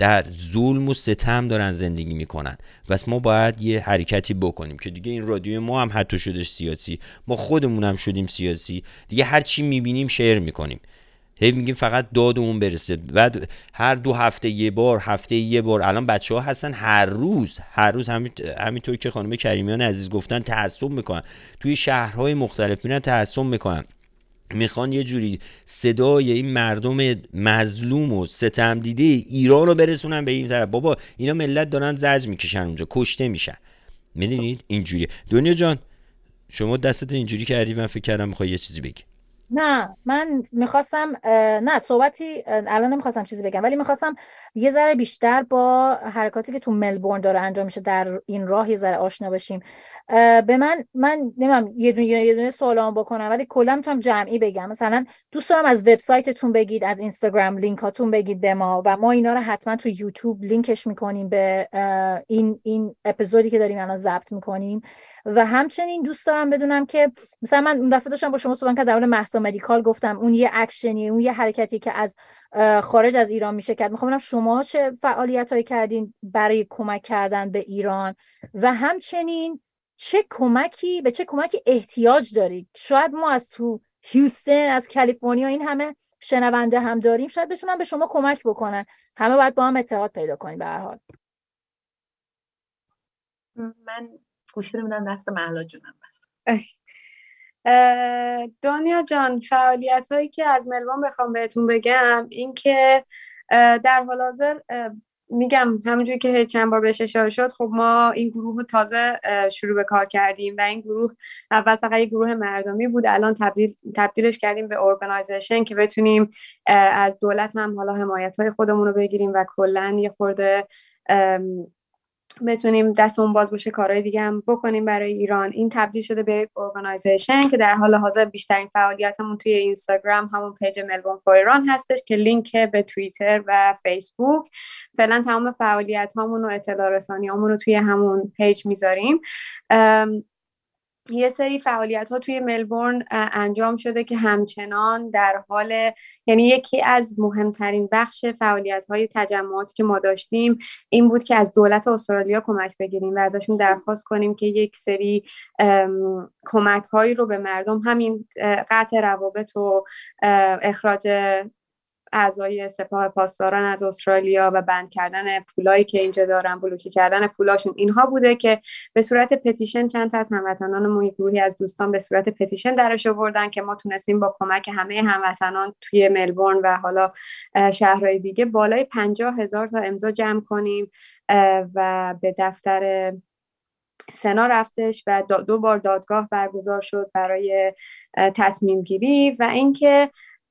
در ظلم و ستم دارن زندگی میکنن. بس ما باید یه حرکتی بکنیم که دیگه این رادیو ما هم حتی شدش سیاسی، ما خودمون هم شدیم سیاسی دیگه. هر چی میبینیم شیر میکنیم، هی میگیم فقط دادمون برسه. بعد هر 2 هفته یه بار الان بچه ها هستن هر روز همینطور که خانم کریمیان عزیز گفتن تعصب میکنن، توی شهرهای مختلف میرن تعصب میکنن، میخوان یه جوری صدای این مردم مظلوم و ستم دیده ایران رو برسونن به این طرف. بابا اینا ملت دارن زجر میکشن اونجا، کشته میشن. میدونید اینجوری. دنیا جان شما دستت اینجوری کردی، من فکر کردم میخوای یه چیزی بگی. نه من میخواستم نه صحبتی الان نمیخواستم چیزی بگم، ولی میخواستم یه ذره بیشتر با حرکاتی که تو ملبورن داره انجام میشه در این راه یه ذره آشنا بشیم. به من نمیدونم یه دونه سوالام بکنم، ولی کلا میتونم جمعی بگم. مثلا دوست دارم از وبسایتتون بگید، از اینستاگرام لینکاتون بگید به ما، و ما اینا رو حتما تو یوتیوب لینکش میکنیم به این اپیزودی که داریم الان ضبط میکنیم. و همچنین دوست دارم بدونم که مثلا من اون دفعه داشتم با شما صحبت کردم در مورد مهسا مدیکال، گفتم اون یه اکشنیه، اون یه حرکتی که از خارج از ایران میشه کرد. میخوام ببینم شما چه فعالیتایی کردین برای کمک کردن به ایران، و همچنین به چه کمکی احتیاج دارید. شاید ما از تو هیوستن، از کالیفرنیا این همه شنونده هم داریم، شاید بتونن به شما کمک بکنن. همه باید با هم اتحاد پیدا کنیم. به هر حال من گوشی رو میدم دست مهلا جونم. دنیا جان، فعالیت هایی که از ملبورن بخوام بهتون بگم این که در حال حاضر میگم همونجوری که چند بار بهش اشاره شد، خب ما این گروه رو تازه شروع به کار کردیم و این گروه اول فقط یک گروه مردمی بود، الان تبدیلش کردیم به ارگانایزیشن که بتونیم از دولت هم حالا حمایت های خودمون رو بگیریم و کلا یه خورده بتونیم دستمون باز باشه کارهای دیگه هم بکنیم برای ایران. این تبدیل شده به یک ارگانایزیشن که در حال حاضر بیشترین فعالیتمون توی اینستاگرام همون پیج ملبورن فور ایران هستش که لینک به توییتر و فیسبوک. فعلا تمام فعالیت هامون و اطلاع رسانی هامون رو توی همون پیج میذاریم. یه سری فعالیت ها توی ملبورن انجام شده که همچنان در حال، یعنی یکی از مهمترین بخش فعالیت های تجمعاتی که ما داشتیم این بود که از دولت استرالیا کمک بگیریم و ازشون درخواست کنیم که یک سری کمک هایی رو به مردم، همین قطع روابط و اخراج اعضای سپاه پاسداران از استرالیا و بند کردن پولایی که اینجا دارن، بلوکه کردن پولاشون، اینها بوده که به صورت پتیشن چند تا از هموطنانمون، گروهی از دوستان به صورت پتیشن درش آوردن که ما تونستیم با کمک همه هموطنان توی ملبورن و حالا شهرهای دیگه بالای 50,000 تا امضا جمع کنیم و به دفتر سنا رفتش و 2 بار دادگاه برگزار شد برای تصمیم گیری. و اینکه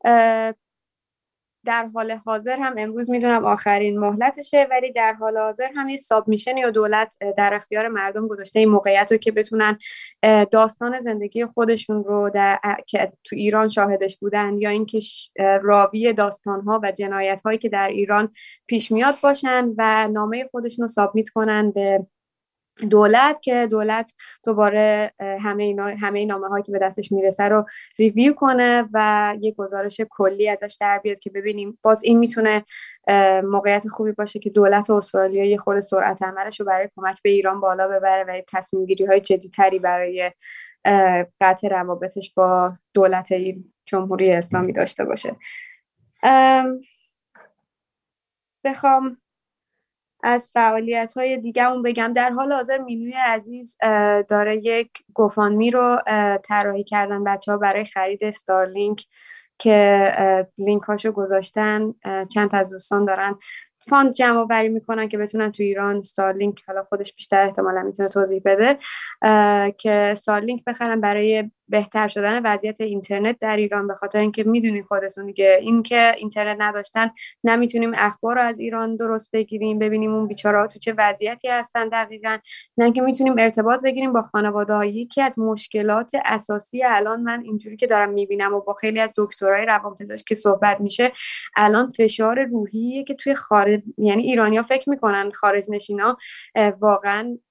در حال حاضر هم امروز میدونم آخرین مهلتشه، ولی در حال حاضر هم یه سابمیشن یا دولت در اختیار مردم گذاشته این موقعیت رو که بتونن داستان زندگی خودشون رو که تو ایران شاهدش بودن یا اینکه راوی داستان‌ها و جنایت‌هایی که در ایران پیش میاد باشن و نامه خودشون رو سابمیت کنن به دولت که دولت دوباره همه نامه هایی که به دستش میرسه رو ریویو کنه و یه گزارش کلی ازش در بیاد که ببینیم باز این میتونه موقعیت خوبی باشه که دولت استرالیا یه خورده سرعت عملش رو برای کمک به ایران بالا ببره و تصمیم گیری های جدی‌تری برای قطع روابطش با دولت جمهوری اسلامی داشته باشه. بخوام از فعالیت‌های دیگه‌مون بگم، در حال حاضر مینوی عزیز داره یک گوفاندمی رو طراحی کردن بچه‌ها برای خرید استارلینک که لینکاشو گذاشتن. چند تا از دوستان دارن فاند جمع آوری میکنن که بتونن تو ایران استارلینک، حالا خودش بیشتر احتمالا میتونه توضیح بده، که استارلینک بخرن برای بهتر شدن وضعیت اینترنت در ایران. به خاطر اینکه میدونین خودتون دیگه این که اینترنت نداشتن نمیتونیم اخبار رو از ایران درست بگیریم، ببینیم اون بیچاره‌ها تو چه وضعیتی هستن دقیقاً، نه که میتونیم ارتباط بگیریم با خانواده‌ها. یکی از مشکلات اساسی الان من اینجوری که دارم میبینم و با خیلی از دکترای روانپزشک صحبت میشه، الان فشار روحی که توی خارج، یعنی ایرانی‌ها فکر میکنن خارج نشینا واقعاً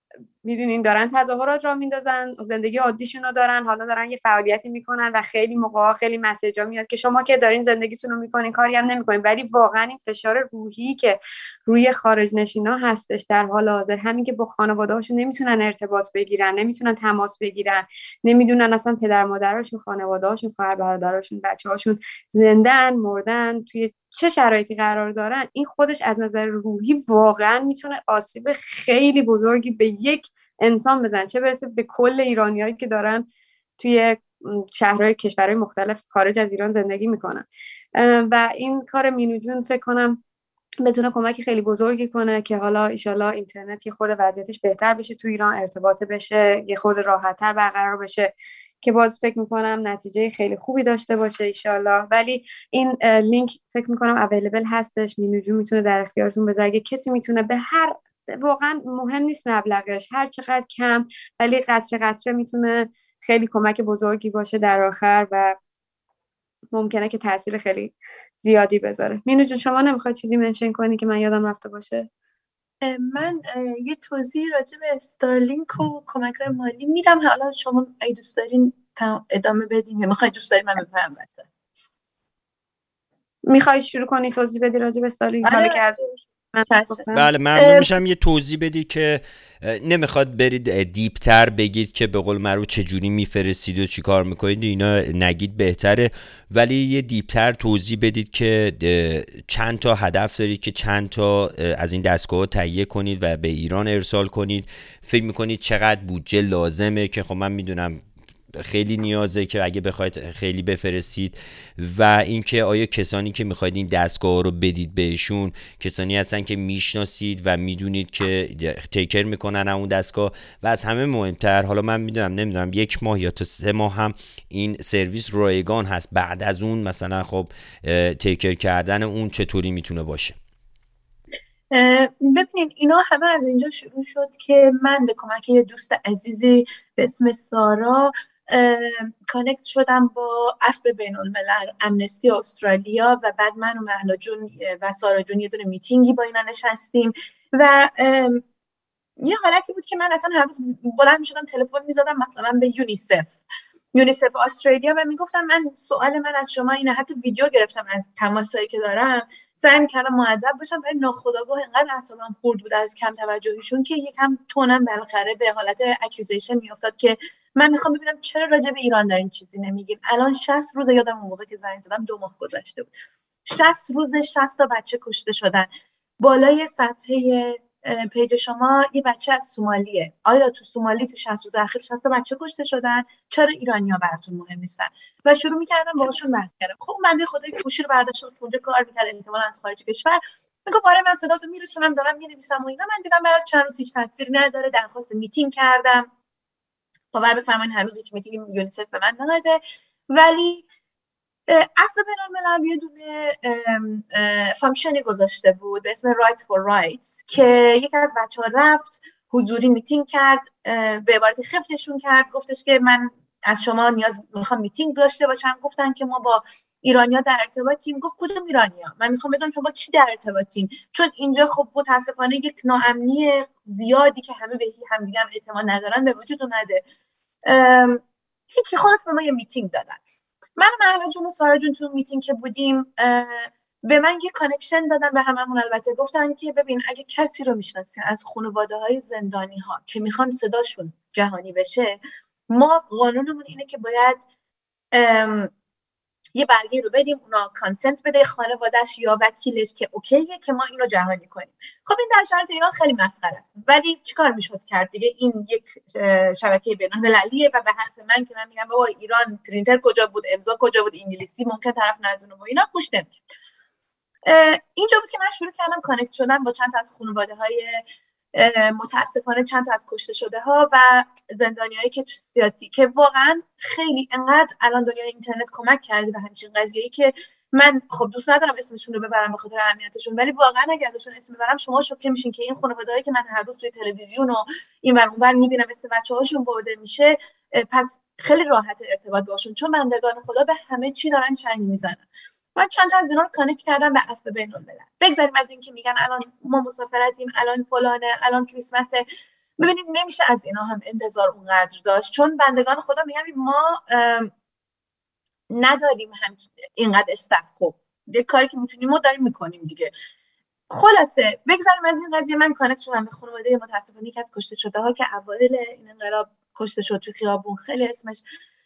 میدونین دارن تظاهرات را میندازن، زندگی عادیشون رو دارن، حالا دارن یه فعالیتی میکنن و خیلی موقعا خیلی مسیجا میاد که شما که دارین زندگیتون رو میکنین کاری هم نمیکنین، ولی واقعا این فشار روحی که روی خارج نشینا هستش در حال حاضر، همین که با خانواده‌هاشون نمیتونن ارتباط بگیرن، نمیتونن تماس بگیرن، نمیدونن اصلا پدر مادرشون، خانواده‌هاشون، خواهر برادرشون، بچه‌هاشون زنده‌ان مردن، توی چه شرایطی قرار دارن، این خودش از نظر روحی واقعا میتونه آسیب خیلی بزرگی به یک انسان بزنه، چه برسه به کل ایرانیایی که دارن توی شهرهای کشورهای مختلف خارج از ایران زندگی میکنن. و این کار مینو جون فکر کنم بتونه کمکی خیلی بزرگی کنه که حالا ایشالا اینترنت یه خورده وضعیتش بهتر بشه تو ایران، ارتباط بشه یه خورده راحت‌تر برقرار بشه، که باز فکر میکنم نتیجه خیلی خوبی داشته باشه ایشالله. ولی این لینک فکر میکنم اویلیبل هستش، مینو جون میتونه در اختیارتون بذاره، اگه کسی میتونه به هر، واقعا مهم نیست مبلغش، هر چقدر کم، ولی قطره قطره میتونه خیلی کمک بزرگی باشه در آخر و ممکنه که تاثیر خیلی زیادی بذاره. مینو جون شما نمیخواد چیزی منشن کنی که من یادم رفته باشه؟ من یه توضیح راجع به استارلینک و کمک‌های مالی میدم، حالا شما اگه دوست دارین ادامه بدین یا میخواید دوست دارین من بپرم وسط. میخوای شروع کنی توضیح بدی راجع به استارلینک حالا که از من گفتم؟ بله ممنون میشم. یه توضیح بدی که نمیخواد برید دیپتر بگید که به قول معروف چجوری میفرستید و چی کار میکنید، اینا نگید بهتره، ولی یه دیپتر توضیح بدید که چند تا هدف دارید که چند تا از این دستگاه تهیه کنید و به ایران ارسال کنید، فکر میکنید چقدر بودجه لازمه، که خب من میدونم خیلی نیازه که اگه بخواید خیلی بفرستید، و اینکه آیا کسانی که میخواید این دستگاه رو بدید بهشون کسانی هستن که میشناسید و میدونید که تیکر میکنن اون دستگاه، و از همه مهمتر حالا من نمیدونم 1 ماه یا تا 3 ماه هم این سرویس رایگان هست، بعد از اون مثلا خب تیکر کردن اون چطوری میتونه باشه؟ ببینید اینا همه از اینجا شروع شد که من به کمک یه دوست عزیزی به اسم سارا کانکت شدم با عفو بین الملل امنستی استرالیا، و بعد من و مهلا جون و سارا جون یه دونه میتینگی با اینا نشستیم و یه حالتی بود که من اصلا هر روز بلند میشدم تلفن میزدم مثلا به یونیسف استرالیا و میگفتم سوال من از شما اینه، حتی ویدیو گرفتم از تماسایی که دارم، سعی میکردم مؤدب باشم، ولی ناخودآگاه انقدر اعصابم خورد بود از کم توجهیشون که یکم تونم بالاخره به حالت اکیوزیشن میافتاد که من میخوام ببینم چرا راجع به ایران دارین چیزی نمیگین. الان 60 روز، یادم اون موقع که زنگ زدم 2 ماه گذشته بود، 60 روز 60 تا بچه کشته شدن. بالای صفحه پیج شما یه بچه از سومالیه. آیا تو سومالی تو 60 روز اخیر 60 تا بچه کشته شدن؟ چرا ایرانی‌ها براتون مهم نیستن؟ و شروع می‌کردم باهاشون بحث کردم. خب بنده خدای گوشی رو برداشت اونجا کار می‌کرد، احتمالاً از خارج کشور. میگم آره من صداتو میرسونم دارم می‌نویسم و اینا. من دیدم بعد از چند روز هیچ تاثیری نداره، درخواست میتینگ کردم. باور بفرمایید هنوز هیچ میتینگ یونیسف به من نداده، ولی اصلا بین‌الملل یه دونه فانکشنی گذاشته بود به اسم Right for Rights که یکی از بچه‌ها رفت حضوری میتینگ کرد، به عبارتی خفتشون کرد، گفتش که من از شما میخوام میتینگ داشته باشم. گفتن که ما با ایرانیا در ارتباطیم. گفت کدوم ایرانیا؟ من میخوام بدونم شما با کی در ارتباطین، چون اینجا خب متاسفانه یک ناامنی زیادی که همه به همدیگه هم اعتماد ندارن به وجود اومده. هیچی، خلاص به ما یه میتینگ دادن. من و مهلا جون و سارا جون تو میتینگ که بودیم به من یه کانکشن دادن به هممون. البته گفتن که ببین اگه کسی رو میشناسین از خانواده‌های زندانی ها که میخوان صداشون جهانی بشه، ما قانونمون اینه که باید یه برگه رو بدیم، اونا کانسنت بده خانواده‌اش یا وکیلش که اوکیه که ما اینو جهانی کنیم. خب این در شرایط ایران خیلی مسخره است، ولی چیکار میشد کرد دیگه؟ این یک شبکه بین‌المللیه و به حرف من که من میگم بابا ایران پرینتر کجا بود، امضا کجا بود، انگلیسی ممکن طرف ندونه و اینا، گوش نمی‌کرد. اینجا بود که من شروع کردم کانکت شدن با چند تا از خانواده‌های متاسفانه چند تا از کشته شده ها و زندانیایی که تو سیاسی، که واقعا خیلی انقدر الان دنیای اینترنت کمک کرده به همچین قضیه‌ای که من خب دوست ندارم اسمشون رو ببرم به خاطر اهمیتشون، ولی واقعا اگر ازشون اسم ببرم شما شوکه میشین که این خانواده‌ای که من هر روز توی تلویزیون و اینور اونور میبینم اسم بچه‌هاشون برده میشه، پس خیلی راحت ارتباط باشون، چون بندگان خدا به همه چی دارن چنگ میزنن. من چند تا از اینا رو کانکت کردم به عفو بین‌الملل. بگذاریم از این که میگن الان ما مسافرتیم، الان فلانه، الان کریسمسه، ببینید نمیشه از اینا هم انتظار اونقدر داشت، چون بندگان خدا میگم ما نداریم هم اینقدر استف. خب یه کاری که میتونیم ما داریم میکنیم دیگه. خلاصه بگذاریم از این قضیه. من کانکت شدم به خانواده متاسفانه یکی از کشته شده ها که اوایل این انقلاب کشته شد تو خیابون، خیلی اسمش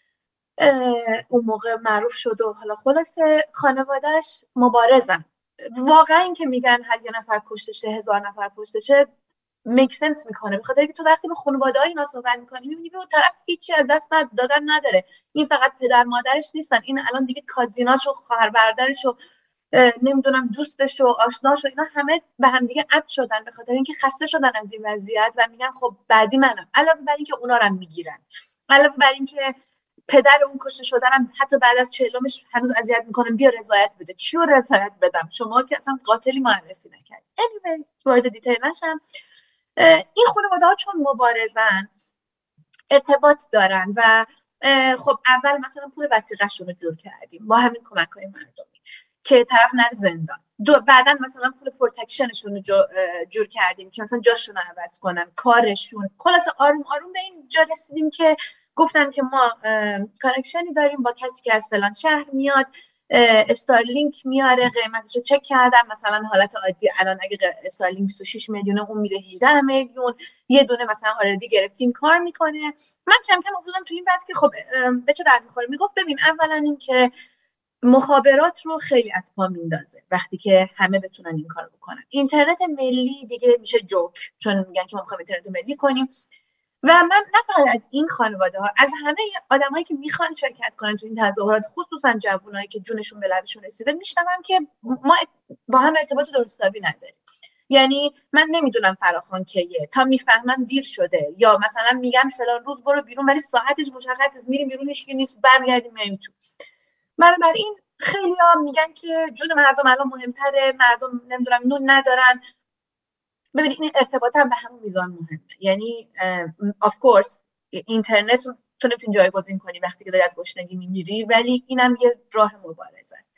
اون موقع معروف شد و حالا خلاصه خانوادهش مبارزن. واقعا این که میگن هر یه نفر کشته شه 1000 نفر کشته شه میک سنس میکنه، بخاطر اینکه تو وقتی به خانواده‌های اینا صحبت میکنی میبینی به اون طرف هیچی از دست دادن نداره. این فقط پدر مادرش نیستن، این الان دیگه کازیناش و خواهر برادرش و نمیدونم دوستش و آشناش و اینا همه به هم دیگه اد شدن، به خاطر اینکه خسته شدن از این وضعیت و میگن خب بعدی منم. علاوه بر اینکه اونا رو میگیرن، علاوه بر اینکه پدر اون کشته شدنم حتی بعد از 40مش هنوز اذیت میکنن، بیا رضایت بده. چیو رضایت بدم؟ شما که اصلا قاتلی معرفی نکردید. anyway وارد دیتیل نشم. این خانواده ها چون مبارزن ارتباط دارن و خب اول مثلا پول وثیقه‌شون رو جور کردیم با همین کمک‌های مردمی که طرف نره زندان. بعدن مثلا پول پروتکشنشون رو جور کردیم که مثلا جاشون رو عوض کنن، کارشون. خلاص آروم آروم به این جا رسیدیم که گفتن که ما کانکشنی داریم با کسی که از فلان شهر میاد، استارلینک میاره، قیمتشو چک کردم، مثلا حالت عادی الان اگه استارلینک 26 میلیونه اون میره 18 میلیون، یه دونه مثلا آردی گرفتیم کار میکنه. من کم کم افتادم تو این بحث که خب به چه درد میخوره. میگفت ببین اولا این که مخابرات رو خیلی از پا میندازه وقتی که همه بتونن این کارو بکنن. اینترنت ملی دیگه میشه جوک، چون میگن که ما میخوایم اینترنت ملی کنیم. و من نه فقط از این خانواده ها، از همه آدمایی که میخوان شرکت کنن تو این تظاهرات، خصوصا جوانایی که جونشون به لبشون رسیده، میشنوم که ما با هم ارتباط درستابی نداریم. یعنی من نمیدونم فراخوان کیه، تا میفهمم دیر شده، یا مثلا میگن فلان روز برو بیرون ولی ساعتش مشخصه، میریم بیرون هیچ کی نیست، برمیگردیم میایم تو. بنابراین خیلی‌ها میگن که جون مردم الان مهمتره، مردم نمیدونم نون ندارن. ببینید این ارتباط هم به همون میزان مهمه. یعنی of course اینترنت رو تو نمیتونی جایگزین کنی وقتی که داری از گشنگی میمیری، ولی اینم یه راه مبارزه است.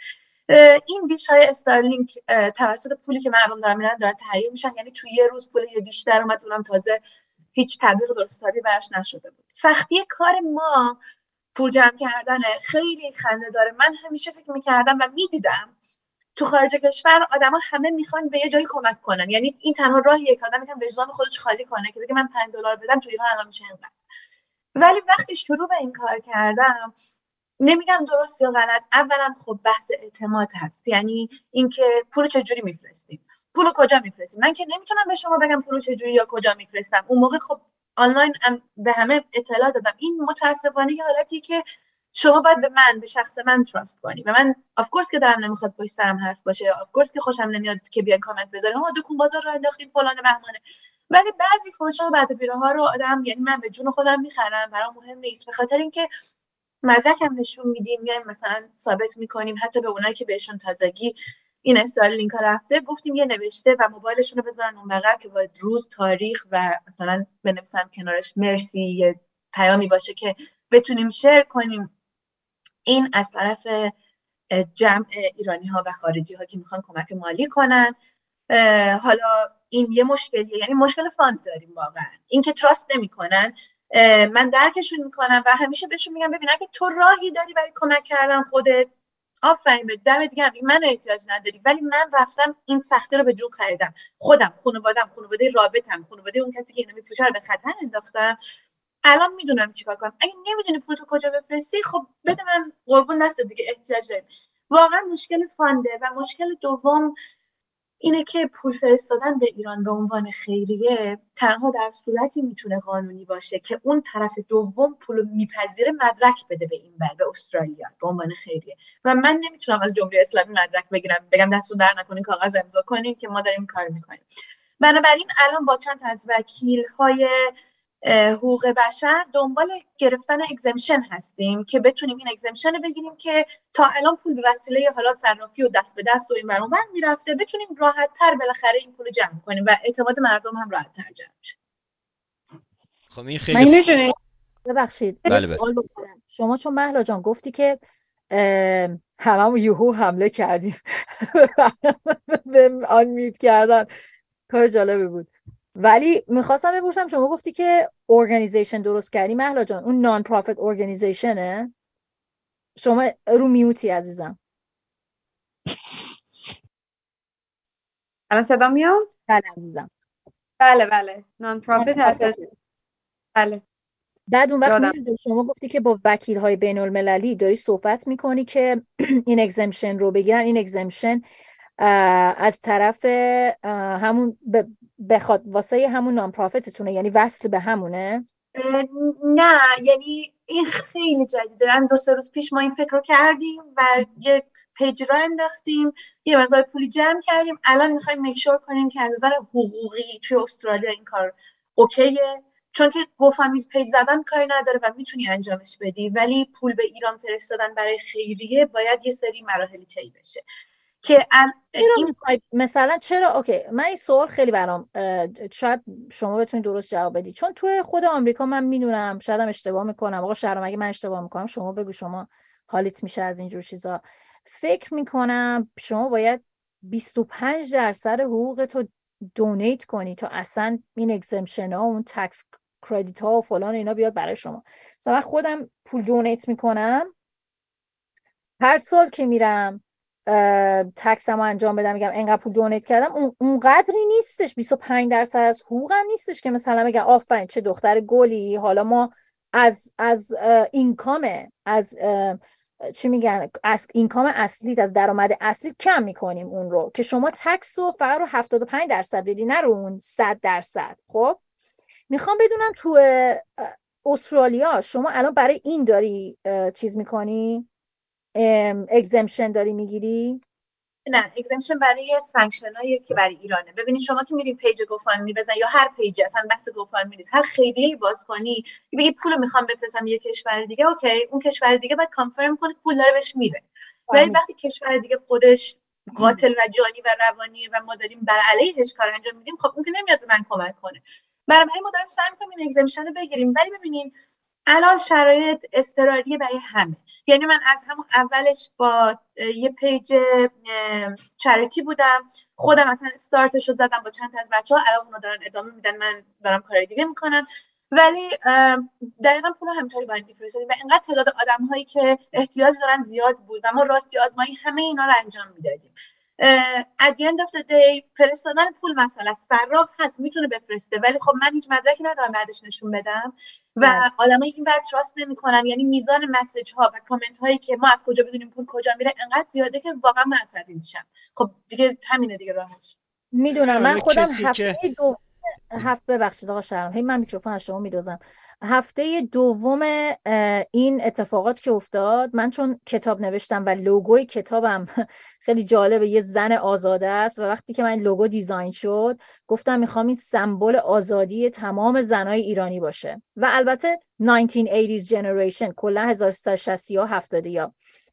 این دیش های استارلینک توسط پولی که مردم دارن میرن دارن تهیه میشن، یعنی توی یه روز پول یه دیش در اومد، اونم تازه هیچ تبلیغ درستابی براش نشده بود. سختی کار ما پول جمع کردن خیلی خنده داره. من همیشه فکر میکردم و میدیدم تو خارج کشور آدما همه میخوان به یه جایی کمک کنن، یعنی این تنها راهیه که آدم میتونه وجدان خودش خالی کنه که بگه من $5 بدم تو ایران الان میشه اینقدر. ولی وقتی شروع به این کار کردم، نمیگم درست یا غلط، اولا خب بحث اعتماد هست. یعنی اینکه پول چجوری میفرستیم، پولو کجا میفرستیم. من که نمیتونم به شما بگم پولو چجوری یا کجا میفرستم. اون موقع خب آنلاین به همه اطلاع دادم. این متاسفانه یه حالتی که شما باید به شخص من تراست کنی. و من اف کورس که دارم نمیخواد پشت سرم حرف باشه، اف کورس که خوشم نمیاد که بیان کامنت بذاره ها دکون بازار رو انداختین فلان بهمانه، ولی بعضی فوشا و بعد پیراها رو آدم، یعنی من به جون خودم میخرم، برام مهم نیست، به خاطر اینکه مدرکم نشون میدیم، میایم مثلا ثابت میکنیم حتی به اونایی که بهشون تازگی این استارلینک ها رفته، گفتیم یه نوشته و موبایلشون رو بذارن اون بغل که با روز تاریخ و مثلا بنویسم کنارش مرسی، یه پیامی باشه که بتونیم شیر کنیم. این از طرف جمع ایرانی ها و خارجی ها که میخوان کمک مالی کنن. حالا این یه مشکلیه، یعنی مشکل فاند داریم واقعا. این که تراست نمیکنن، من درکشون میکنم و همیشه بهشون میگم ببین اگه تو راهی داری برای کمک کردن خودت، آفرین به دمت گرم، من احتیاج نداری، ولی من رفتم این سختی رو به جون خریدم، خودم، خانواده‌ام، خانواده رابطم، خانواده اون کسی که اینو میفروشه رو به خطر انداختم، الان میدونم چیکار کنم. اگه نمیدونی پول تو کجا بفرستی، خب بده من قربون دست دیگه، احتیاج داریم. واقعا مشکل فانده. و مشکل دوم اینه که پول فرستادن به ایران به عنوان خیریه تنها در صورتی میتونه قانونی باشه که اون طرف دوم پول میپذیره مدرک بده به این به استرالیا به عنوان خیریه. و من نمیتونم از جمهوری اسلامی مدرک بگیرم بگم دستون در نکنین کاغذ امضا کنین که ما داریم کار میکنیم. بنابراین الان با چند تا از وکیل‌های حقوق بشر دنبال گرفتن اگزمشن هستیم که بتونیم این اگزمشن رو بگیریم که تا الان پول به وسیله حالا صرافی و دست به دست و این ور اون ور میرفته، بتونیم راحت تر بالاخره این پول جمع کنیم و اعتماد مردم هم راحت تر جمع شه. خب این خیلی ببخشید بله سوال بکنم. شما چون مهلا جان گفتی که هممون یهو حمله کردیم به آن میوت کردن، کار جالبی بود. ولی میخواستم بپرسم، شما گفتی که ارگانیزیشن درست کردی مهلا جان، اون نان پرافیت ارگانیزیشنه؟ شما رو میوتی عزیزم. الان صدا میاد؟ بله عزیزم. بله نان پرافیت هستش. بله. بعد اون وقت یادم. شما گفتی که با وکیل های بین المللی داری صحبت میکنی که این اگزمشن رو بگیرن. این اگزمشن از طرف همون بخواد واسه همون نان پرافیتتونه، یعنی وصل به همونه؟ نه، یعنی این خیلی جدیده. هم 2-3 روز پیش ما این فکر رو کردیم و یک پیج را انداختیم، یه مقدار پولی جمع کردیم. الان میخوایم میکشور کنیم که از نظر حقوقی توی استرالیا این کار اوکیه، چون که گوفامیز پیج زدن کاری نداره و میتونی انجامش بدی، ولی پول به ایران فرستادن برای خیریه باید یه سری مراحلی طی بشه که چرا میخوای مثلا چرا؟ اوکی، من این سوال خیلی برام شاید شما بتونید درست جواب بدی، چون توی خود آمریکا من میدونم، شاید هم اشتباه میکنم، آقا شهرام اگه من اشتباه میکنم شما بگو، شما حالیت میشه از اینجور چیزا. فکر میکنم شما باید 25% حقوق تو دونیت کنی تا اصلا این اگزمشن ها، اون تکس کردیت ها و فلان اینا بیاد برای شما. مثلا من خودم پول دونیت میکنم هر سال که میرم تکسمو انجام بدم، میگم اینقدر پول دونیت کردم، اون قدری نیستش. 25% از حقوقم نیستش که مثلا بگم آفرین چه دختر گلی، حالا ما از اینکامه، از چی میگن، از اینکام اصلی، از درآمد اصلی کم میکنیم اون رو که شما تکس رو فقط رو 75% بدی، نه رو اون 100%. خب میخوام بدونم تو استرالیا شما الان برای این داری چیز میکنی، اگزمشن داری میگیری؟ نه، اگزمشن برای سانکشن هایی که برای ایرانه. ببینید شما که میرین پیج گوفاندمی بزن یا هر پیجی، اصلا بحث گوفاندمی نیست، هر خیریه‌ای باز کنی بگی پول میخوام بفرستم یه کشور دیگه، اوکی، اون کشور دیگه باید کانفرم کنه پول داره بهش میره. ولی وقتی کشور دیگه خودش قاتل و جانی و روانیه و ما داریم بر علیهش کار انجام میدیم، خب اون که نمیاد به من کمک کنه. برای ما داریم سعی می‌کنیم این اگزمشن رو بگیریم. ولی ببینین الان شرایط اضطراریه برای همه. یعنی من از همون اولش با یه پیج چریتی بودم، خودم اصلا استارتش رو زدم با چند تا از بچه‌ها، الان اونا دارن ادامه میدن، من دارم کارهای دیگه میکنم. ولی دقیقاً پول همینطوری باید میفرستیم و اینقدر تعداد آدم‌هایی که احتیاج دارن زیاد بود و ما راستی آزمایی همه اینا رو انجام میدادیم. at the end of the day فرستادن پول مثلا صراف هست میتونه بفرسته، ولی خب من هیچ مدرکی ندارم بعدش نشون بدم و آدمای این ور تراست نمیکنن. یعنی میزان مسیج ها و کامنت هایی که ما از کجا بدونیم پول کجا میره انقدر زیاده که واقعا من عصبی میشم. خب دیگه همینه دیگه راهش. میدونم. من خودم ببخشید آقا شهرام، هی من میکروفون از شما میدوزم. هفته دوم این اتفاقات که افتاد، من چون کتاب نوشتم و لوگوی کتابم خیلی جالبه، یه زن آزاده است، و وقتی که من لوگو دیزاین شد گفتم میخوام این سمبل آزادی تمام زنای ایرانی باشه و البته 1980s generation، کلا 1360 ها 70 ها.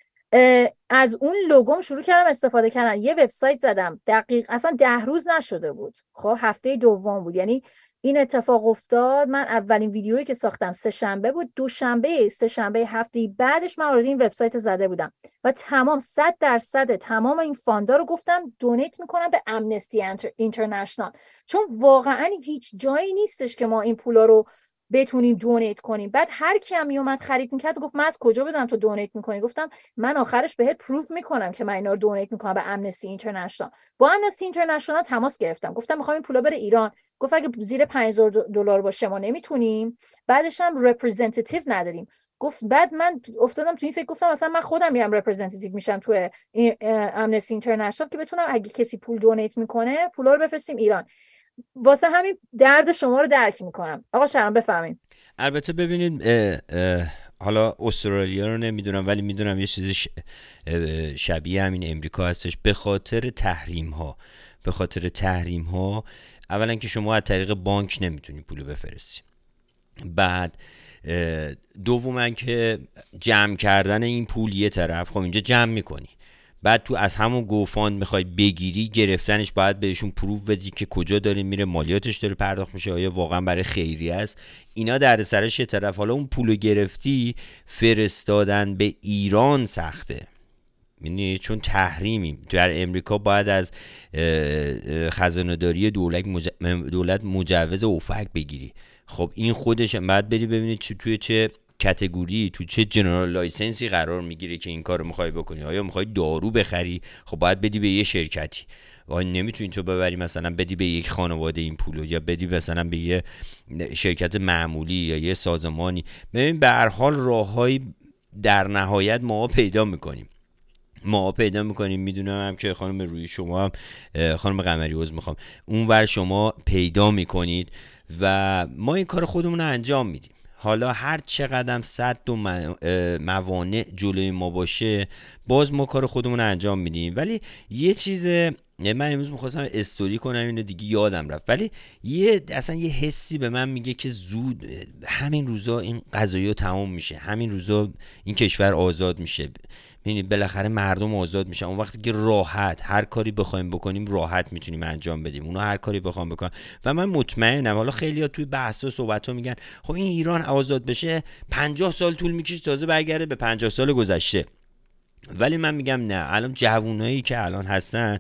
از اون لوگوم شروع کردم استفاده کردن. یه وبسایت زدم، دقیق اصلا 10 روز نشده بود، خب هفته دوم بود. یعنی این اتفاق افتاد، من اولین ویدیویی که ساختم سه شنبه بود، دوشنبه سه شنبه هفته بعدش من وارد این وبسایت زده بودم و تمام 100% تمام این فاندا رو گفتم دونیت میکنم به امنستی اینترنشنال، چون واقعا هیچ جایی نیستش که ما این پولا رو بتونیم دونیت کنیم. بعد هر کی هم میومد خرید میکرد گفت من از کجا بدونم تو دونیت میکنی؟ گفتم من آخرش بهت پروف میکنم که من اینا رو دونیت میکنم به امنستی اینترنشنال. با امنستی اینترنشنال تماس گرفتم، گفتم میخوام این پولا بره ایران. گفت اگه زیر $5000 باشه ما نمیتونیم، بعدش هم رپرزنتیتیو نداریم. گفت بعد من افتادم تو این فکر، گفتم مثلا من خودم میرم رپرزنتیتیو میشم تو امنستی اینترنشنال که بتونم اگه کسی پول دونیت میکنه پولا رو بفرستیم ایران. واسه همین درد شما رو درک میکنم. آقا شهرام بفهمین. البته ببینید حالا استرالیا رو نمیدونم ولی میدونم یه چیزی شبیه همین امریکا هستش. به خاطر تحریم ها اولا که شما از طریق بانک نمیتونی پولو بفرستی، بعد دوما که جمع کردن این پول یه طرف، خب اینجا جمع میکنی، بعد تو از همون گوفاند میخوای بگیری، گرفتنش باید بهشون پروف بدی که کجا داره میره، مالیاتش داره پرداخت میشه، آیا واقعا برای خیریه است. اینا در سرش یه طرف. حالا اون پولو گرفتی، فرستادن به ایران سخته. یعنی چون تحریمیم در امریکا باید از خزانه‌داری دولت مجوز اوفک بگیری. خب این خودش بعد بری ببینید توی چه کاتگوری، تو چه جنرال لایسنسی قرار میگیره که این کارو میخوای بکنی. آیا میخوای دارو بخری؟ خب باید بدی به یه شرکتی. نمیتونی تو ببری مثلا بدی به یک خانواده این پولو، یا بدی مثلا به یه شرکت معمولی یا یه سازمانی. ببین به هر حال راههایی در نهایت ما پیدا میکنیم. میدونم هم که خانم روی شما هم خانم قمری عذر میخوام اونور شما پیدا میکنید و ما این کار خودمون رو انجام میدیم. حالا هر چقدر صد و موانع جلوی ما باشه باز ما کار خودمون رو انجام میدیم. ولی یه چیز من امروز میخواستم استوری کنم، اینو دیگه یادم رفت، ولی اصلا یه حسی به من میگه که زود همین روزا این قضایا تمام میشه، همین روزا این کشور آزاد میشه. ببینید بالاخره مردم آزاد میشن. اون وقتی که راحت هر کاری بخوایم بکنیم راحت میتونیم انجام بدیم. اونا هر کاری بخوام بکنن و من مطمئنم. حالا خیلی‌ها توی بحث و صحبت‌ها میگن خب این ایران آزاد بشه 50 سال طول میکشه تازه برگرده به 50 سال گذشته. ولی من میگم نه، الان جوونایی که الان هستن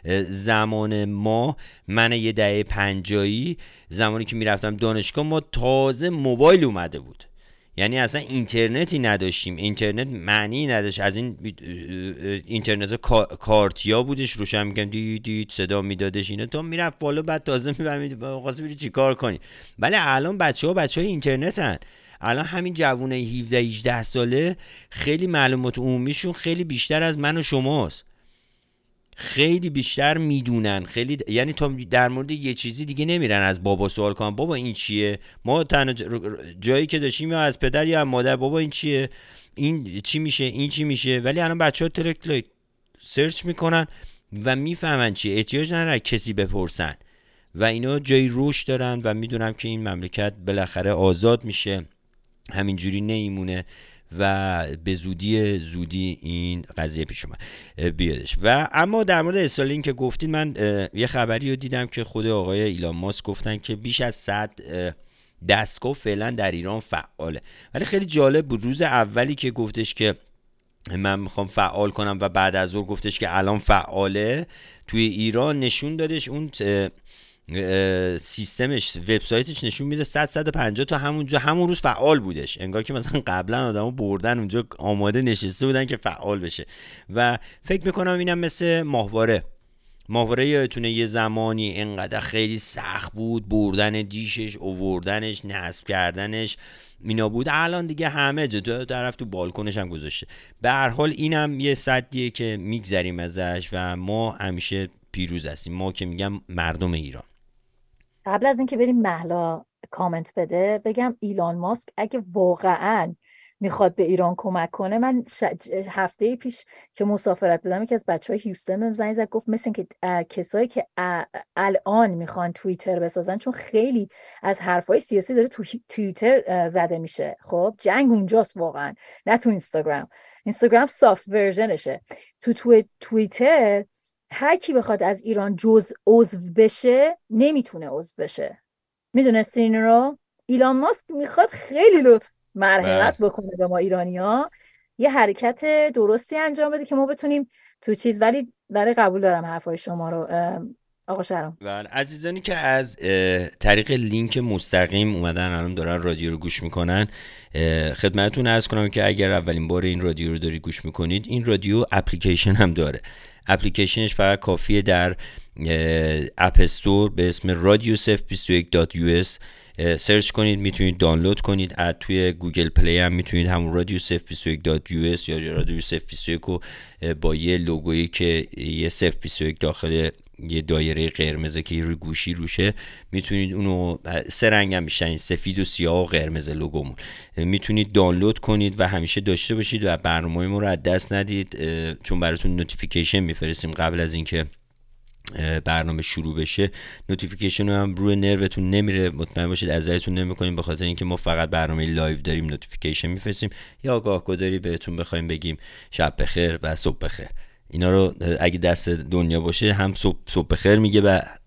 زمان من یه دهه 50 زمانی که میرفتم دانشگاه ما تازه موبایل اومده بود. یعنی اصلا اینترنتی نداشتیم، اینترنت معنی نداشت. از این اینترنت کارتیا بودش روشن میگم دید صدا میدادش اینا تا میرفت بالا، بعد تازه میفهمید واسه بری چی کار کنی. ولی الان بچه‌های اینترنتن. الان همین جوونه 17-18 ساله خیلی معلومات عمومیشون خیلی بیشتر از من و شماست، خیلی بیشتر میدونن. خیلی یعنی تا در مورد یه چیزی دیگه نمیرن از بابا سوال کنن بابا این چیه. ما تنها جایی که داشتیم یا از پدر یا از مادر بابا این چیه، این چی میشه، این چی میشه. ولی الان بچه‌ها ترک سرچ میکنن و میفهمن چیه، احتیاج نداره کسی بپرسن و اینا جای رشد دارن و میدونم که این مملکت بالاخره آزاد میشه، همینجوری نمیمونه و به زودی این قضیه پیش اومد بیادش. و اما در مورد استارلینک که گفتید، من یه خبری رو دیدم که خود آقای ایلان ماسک گفتن که بیش از 100 دستگاه فعلا در ایران فعاله. ولی خیلی جالب بود روز اولی که گفتش که من میخوام فعال کنم و بعد از ظهر گفتش که الان فعاله توی ایران، نشون دادش اون سیستمش وبسایتش نشون میده 100-150 تا همون روز فعال بودش. انگار که مثلا قبلا آدمو بردن اونجا آماده نشسته بودن که فعال بشه. و فکر میکنم اینم مثل ماهواره یادتونه یه زمانی انقدر خیلی سخت بود بردن دیشش، آوردنش، نصب کردنش اینا بود. الان دیگه همه جا طرف تو بالکنش هم گذاشته. به هر حال اینم یه سدیه که میگذریم ازش و ما همیشه پیروز هستیم، ما که میگم مردم ایران. قبل از اینکه بریم مهلا کامنت بده بگم ایلان ماسک اگه واقعاً میخواد به ایران کمک کنه، من هفته پیش که مسافرت بودم یکی از بچهای هیوستن بهم زنگ زد گفت مثل که کسایی که الان میخوان توییتر بسازن، چون خیلی از حرفای سیاسی داره تو توییتر زده میشه. خب جنگ اونجاست واقعا، نه تو اینستاگرام سافت ورژنشه. تو توییتر هر کی بخواد از ایران عضو بشه نمیتونه عضو بشه. میدونستین رو؟ ایلان ماسک میخواد خیلی لطف مرحمت بکنه به ما ایرانی‌ها، یه حرکت درستی انجام بده که ما بتونیم تو چیز. ولی قبول دارم حرفای شما رو آقا شهرام. بله عزیزانی که از طریق لینک مستقیم اومدن الان دارن رادیو رو گوش میکنن، خدمتتون عرض کنم که اگر اولین بار این رادیو رو داری گوش میکنید، این رادیو اپلیکیشن هم داره. اپلیکیشنش فقط کافیه در اپ استور به اسم radiosf21.us سرچ کنید، میتونید دانلود کنید. توی گوگل پلی هم میتونید همون radiosf21.us یا رادیو صف 21 رو با یه لوگویی که یه صف 21 داخل یه دایره قرمزه که روی گوشی روشه، میتونید اونو 3 رنگ هم بیشترین، سفید و سیاه و قرمز لوگومون، میتونید دانلود کنید و همیشه داشته باشید و برنامه ما رو از دست ندید، چون براتون نوتیفیکیشن میفرستیم قبل از اینکه برنامه شروع بشه. نوتیفیکیشن هم روی نروتون نمیره، مطمئن باشید اذیتتون نمیکنیم، به خاطر اینکه ما فقط برنامه لایو داریم نوتیفیکیشن میفرستیم یا آگاهگذاری بهتون بخوایم بگیم شب بخیر و صبح بخیر. اینا رو اگه دست دنیا باشه هم صبح بخیر میگه و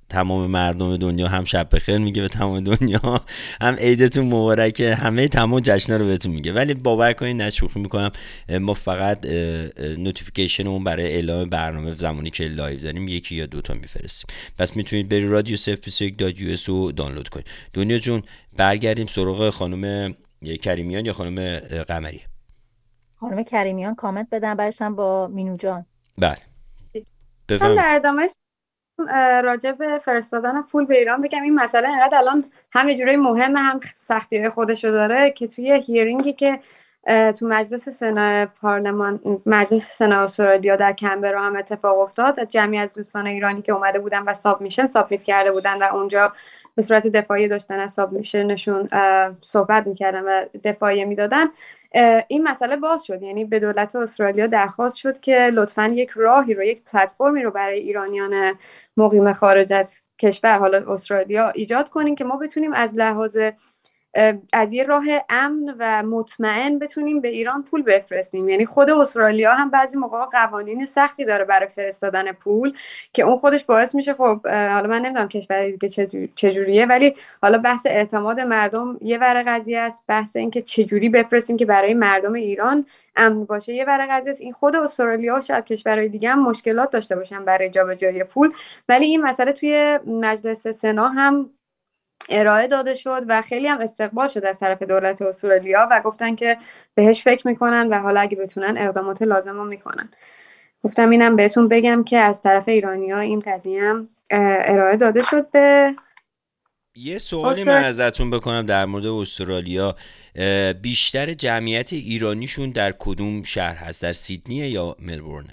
تمام مردم دنیا هم شب بخیر میگه به تمام دنیا، هم عیدتون مبارکه، همه تمام جشنا رو بهتون میگه. ولی باور کنید نه شوخی میکنم، ما فقط نوتیفیکیشن اون برای اعلام برنامه زمانی که لایو داریم یکی یا دوتا میفرستیم. پس میتونید بری رادیو 021.us رو دانلود کنید. دنیا جون برگردیم سراغ خانم کریمیان یا خانم قمری؟ خانم کریمیان کامنت بدن، بعدش هم با مینو جان. بله من بفهم. در ادامه راجع به فرستادن پول به ایران بگم این مسئله انقدر الان هم یه جورایی مهمه هم سختی‌های خودشو داره که توی هیرینگی که تو مجلس سنا پارلمان، مجلس سنا استرالیا در کمبرا هم اتفاق افتاد، جمعی از دوستان ایرانی که اومده بودن و سابمیت کرده بودن و اونجا به صورت دفاعی داشتن از سابمیشنشون صحبت میکردن و دفاعی میدادن، این مسئله باز شد. یعنی به دولت استرالیا درخواست شد که لطفاً یک راهی رو، یک پلتفرمی رو برای ایرانیان مقیم خارج از کشور، حالا استرالیا، ایجاد کنیم که ما بتونیم از لحاظ از یه راه امن و مطمئن بتونیم به ایران پول بفرستیم. یعنی خود استرالیا هم بعضی موقع قوانین سختی داره برای فرستادن پول که اون خودش باعث میشه، خب حالا من نمیدونم کشور دیگه چجوریه، ولی حالا بحث اعتماد مردم یه ور قضیه است، بحث این که چجوری بفرستیم که برای مردم ایران امن باشه یه ور قضیه است. این خود استرالیا و شاید کشورهای دیگه هم مشکلات داشته باشن برای جابجایی پول، ولی این مسئله توی مجلس سنا هم ارائه داده شد و خیلی هم استقبال شد از طرف دولت استرالیا و گفتن که بهش فکر میکنن و حالا اگه بتونن اقدامات لازم رو میکنن. گفتم اینم بهتون بگم که از طرف ایرانی‌ها این قضیه هم ارائه داده شد به یه سوالی من ازتون بکنم در مورد استرالیا. بیشتر جمعیت ایرانیشون در کدوم شهر هست؟ در سیدنی یا ملبورن؟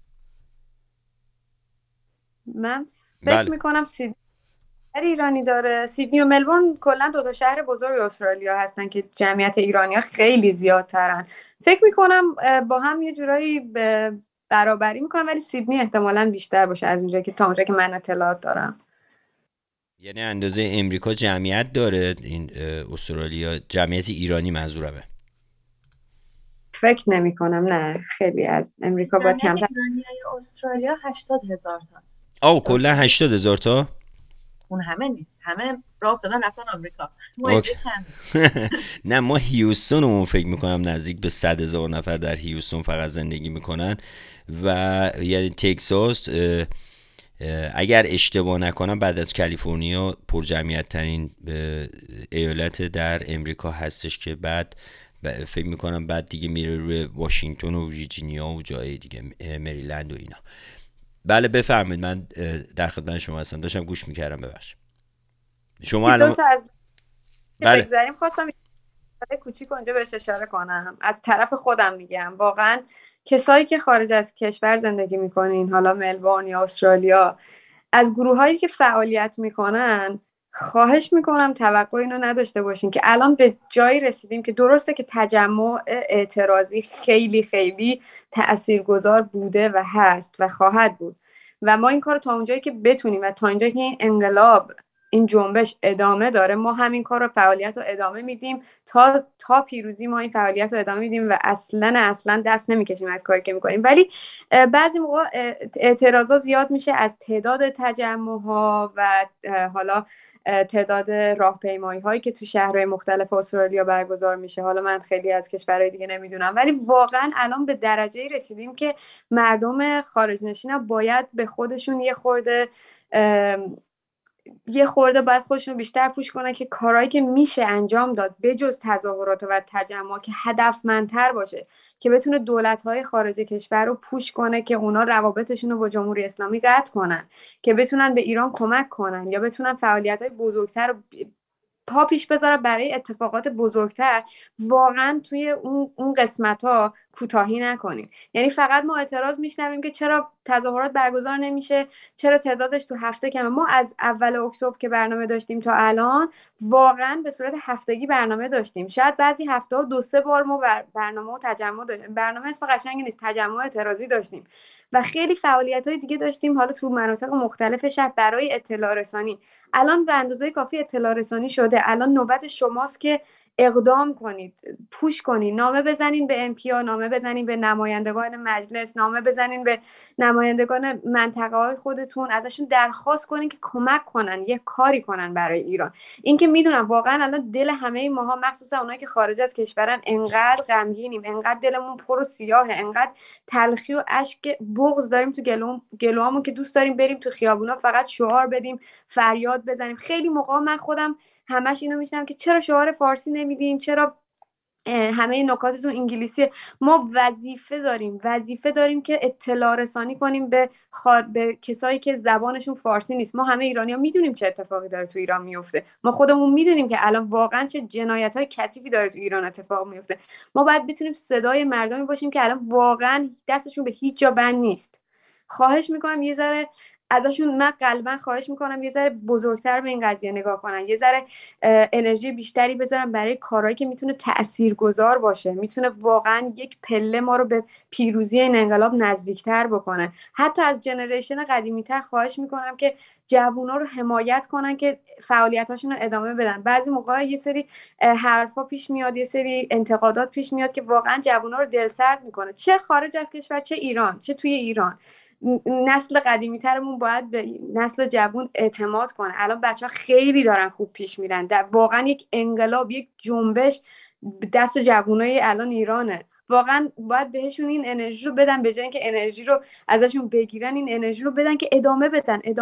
من فکر میکنم سیدنی ایرانی داره. سیدنی و ملبورن کلا دو تا شهر بزرگ استرالیا هستن که جمعیت ایرانی‌ها خیلی زیادترن. فکر میکنم با هم یه جورایی برابری میکنم، ولی سیدنی احتمالاً بیشتر باشه از اونجایی که تا اونجایی که من اطلاعات دارم. یعنی اندازه امریکا جمعیت داره این استرالیا؟ جمعیت ایرانی منظورمه. فکر نمی کنم، نه خیلی از امریکا باید کمتر. ایرانیای استرالیا 80,000 تاست. کلا 80,000 تا؟ اون همه نیست، همه راه افتادن رفتن آمریکا. نه ما هیوستون فکر میکنم نزدیک به 100,000 نفر در هیوستون فقط زندگی میکنن و یعنی تگزاس اگر اشتباه نکنم بعد از کالیفرنیا پر جمعیت ترین ایالت در امریکا هستش که بعد فکر میکنم بعد دیگه میره روی واشنگتن و ویرجینیا و جای دیگه، مریلند و اینا. بله بفرمایید، من در خدمت شما هستم، داشتم گوش میکردم. ببخشید شما الان بله بگذاریم. خواستم یه کوچیک اونجا بهش اشاره کنم. از طرف خودم میگم واقعا کسایی که خارج از کشور زندگی میکنین، حالا ملبورن یا استرالیا، از گروهایی که فعالیت میکنن خواهش میکنم توقع اینو نداشته باشین که الان به جایی رسیدیم که درسته که تجمع اعتراضی خیلی خیلی تاثیرگذار بوده و هست و خواهد بود و ما این کارو تا اونجایی که بتونیم و تا اینجایی که این انقلاب، این جنبش ادامه داره، ما همین کار رو، فعالیت رو ادامه میدیم تا پیروزی. ما این فعالیت رو ادامه میدیم و اصلا دست نمیکشیم از کاری که میکنیم. ولی بعضی موقع اعتراضا زیاد میشه از تعداد تجمع ها و حالا تعداد راهپیمایی هایی که تو شهرهای مختلف استرالیا برگزار میشه. حالا من خیلی از کشورهای دیگه نمیدونم، ولی واقعا الان به درجه‌ای رسیدیم که مردم خارج نشین باید به خودشون یه خورده باید خودشون بیشتر پوش کنن که کارهایی که میشه انجام داد بجز تظاهرات و تجمع که هدفمندتر باشه، که بتونه دولت‌های خارج کشور رو پوش کنه که اونا روابطشون رو با جمهوری اسلامی قطع کنن، که بتونن به ایران کمک کنن یا بتونن فعالیت‌های بزرگتر رو پا پیش بذاره برای اتفاقات بزرگتر. واقعا توی اون قسمت‌ها کوتاهی نکنیم. یعنی فقط ما اعتراض میشنویم که چرا تظاهرات برگزار نمیشه، چرا تعدادش تو هفته کمه. ما از اول اکتبر که برنامه داشتیم تا الان واقعا به صورت هفتگی برنامه داشتیم. شاید بعضی هفته‌ها 2-3 بار ما برنامه و تجمع داشتیم. برنامه اسم قشنگی نیست، تجمع اعتراضی داشتیم و خیلی فعالیت‌های دیگه داشتیم حالا تو مناطق مختلف شهر برای اطلاع رسانی. الان به اندازه کافی اطلاع رسانی شده. الان نوبت شماست که اقدام کنید، پوش کنید، نامه بزنین به امپیا، نامه بزنین به نمایندگان مجلس، نامه بزنین به نمایندگان منطقه های خودتون، ازشون درخواست کنین که کمک کنن، یه کاری کنن برای ایران. این که میدونم واقعا الان دل همه ماها، مخصوصا اونایی که خارج از کشورن، انقدر غمگینیم، انقدر دلمون پر و سیاهه، انقدر تلخی و اشک بغض داریم تو گلوامون که دوست داریم بریم تو خیابونا فقط شعار بدیم، فریاد بزنیم. خیلی موقع من خودم همش اینو میشنم که چرا شعار فارسی نمیدین، چرا همه نکاتتون انگلیسیه. ما وظیفه داریم که اطلاع رسانی کنیم به کسایی که زبانشون فارسی نیست. ما همه ایرانی‌ها میدونیم چه اتفاقی داره تو ایران میفته، ما خودمون میدونیم که الان واقعا چه جنایت‌های کثیفی داره تو ایران اتفاق میفته. ما باید بتونیم صدای مردمی باشیم که الان واقعا دستشون به هیچ جا بند نیست. خواهش میکنم یه ذره ازشون، من قلبا خواهش میکنم یه ذره بزرگتر به این قضیه نگاه کنن، یه ذره انرژی بیشتری بذارن برای کارهایی که میتونه تاثیرگذار باشه، میتونه واقعا یک پله ما رو به پیروزی این انقلاب نزدیکتر بکنه. حتی از جنریشن قدیمی‌تر خواهش میکنم که جوونا رو حمایت کنن که فعالیتاشون رو ادامه بدن. بعضی موقع یه سری حرفا پیش میاد، یه سری انتقادات پیش میاد که واقعا جوونا رو دلسرد میکنه، چه خارج از کشور چه ایران، چه توی ایران. نسل قدیمی ترمون باید به نسل جوون اعتماد کنه. الان بچه ها خیلی دارن خوب پیش میرن، در واقعا یک انقلاب، یک جنبش دست جوونای الان ایرانه. واقعا باید بهشون این انرژی رو بدن، به جای اینکه انرژی رو ازشون بگیرن، این انرژی رو بدن که ادامه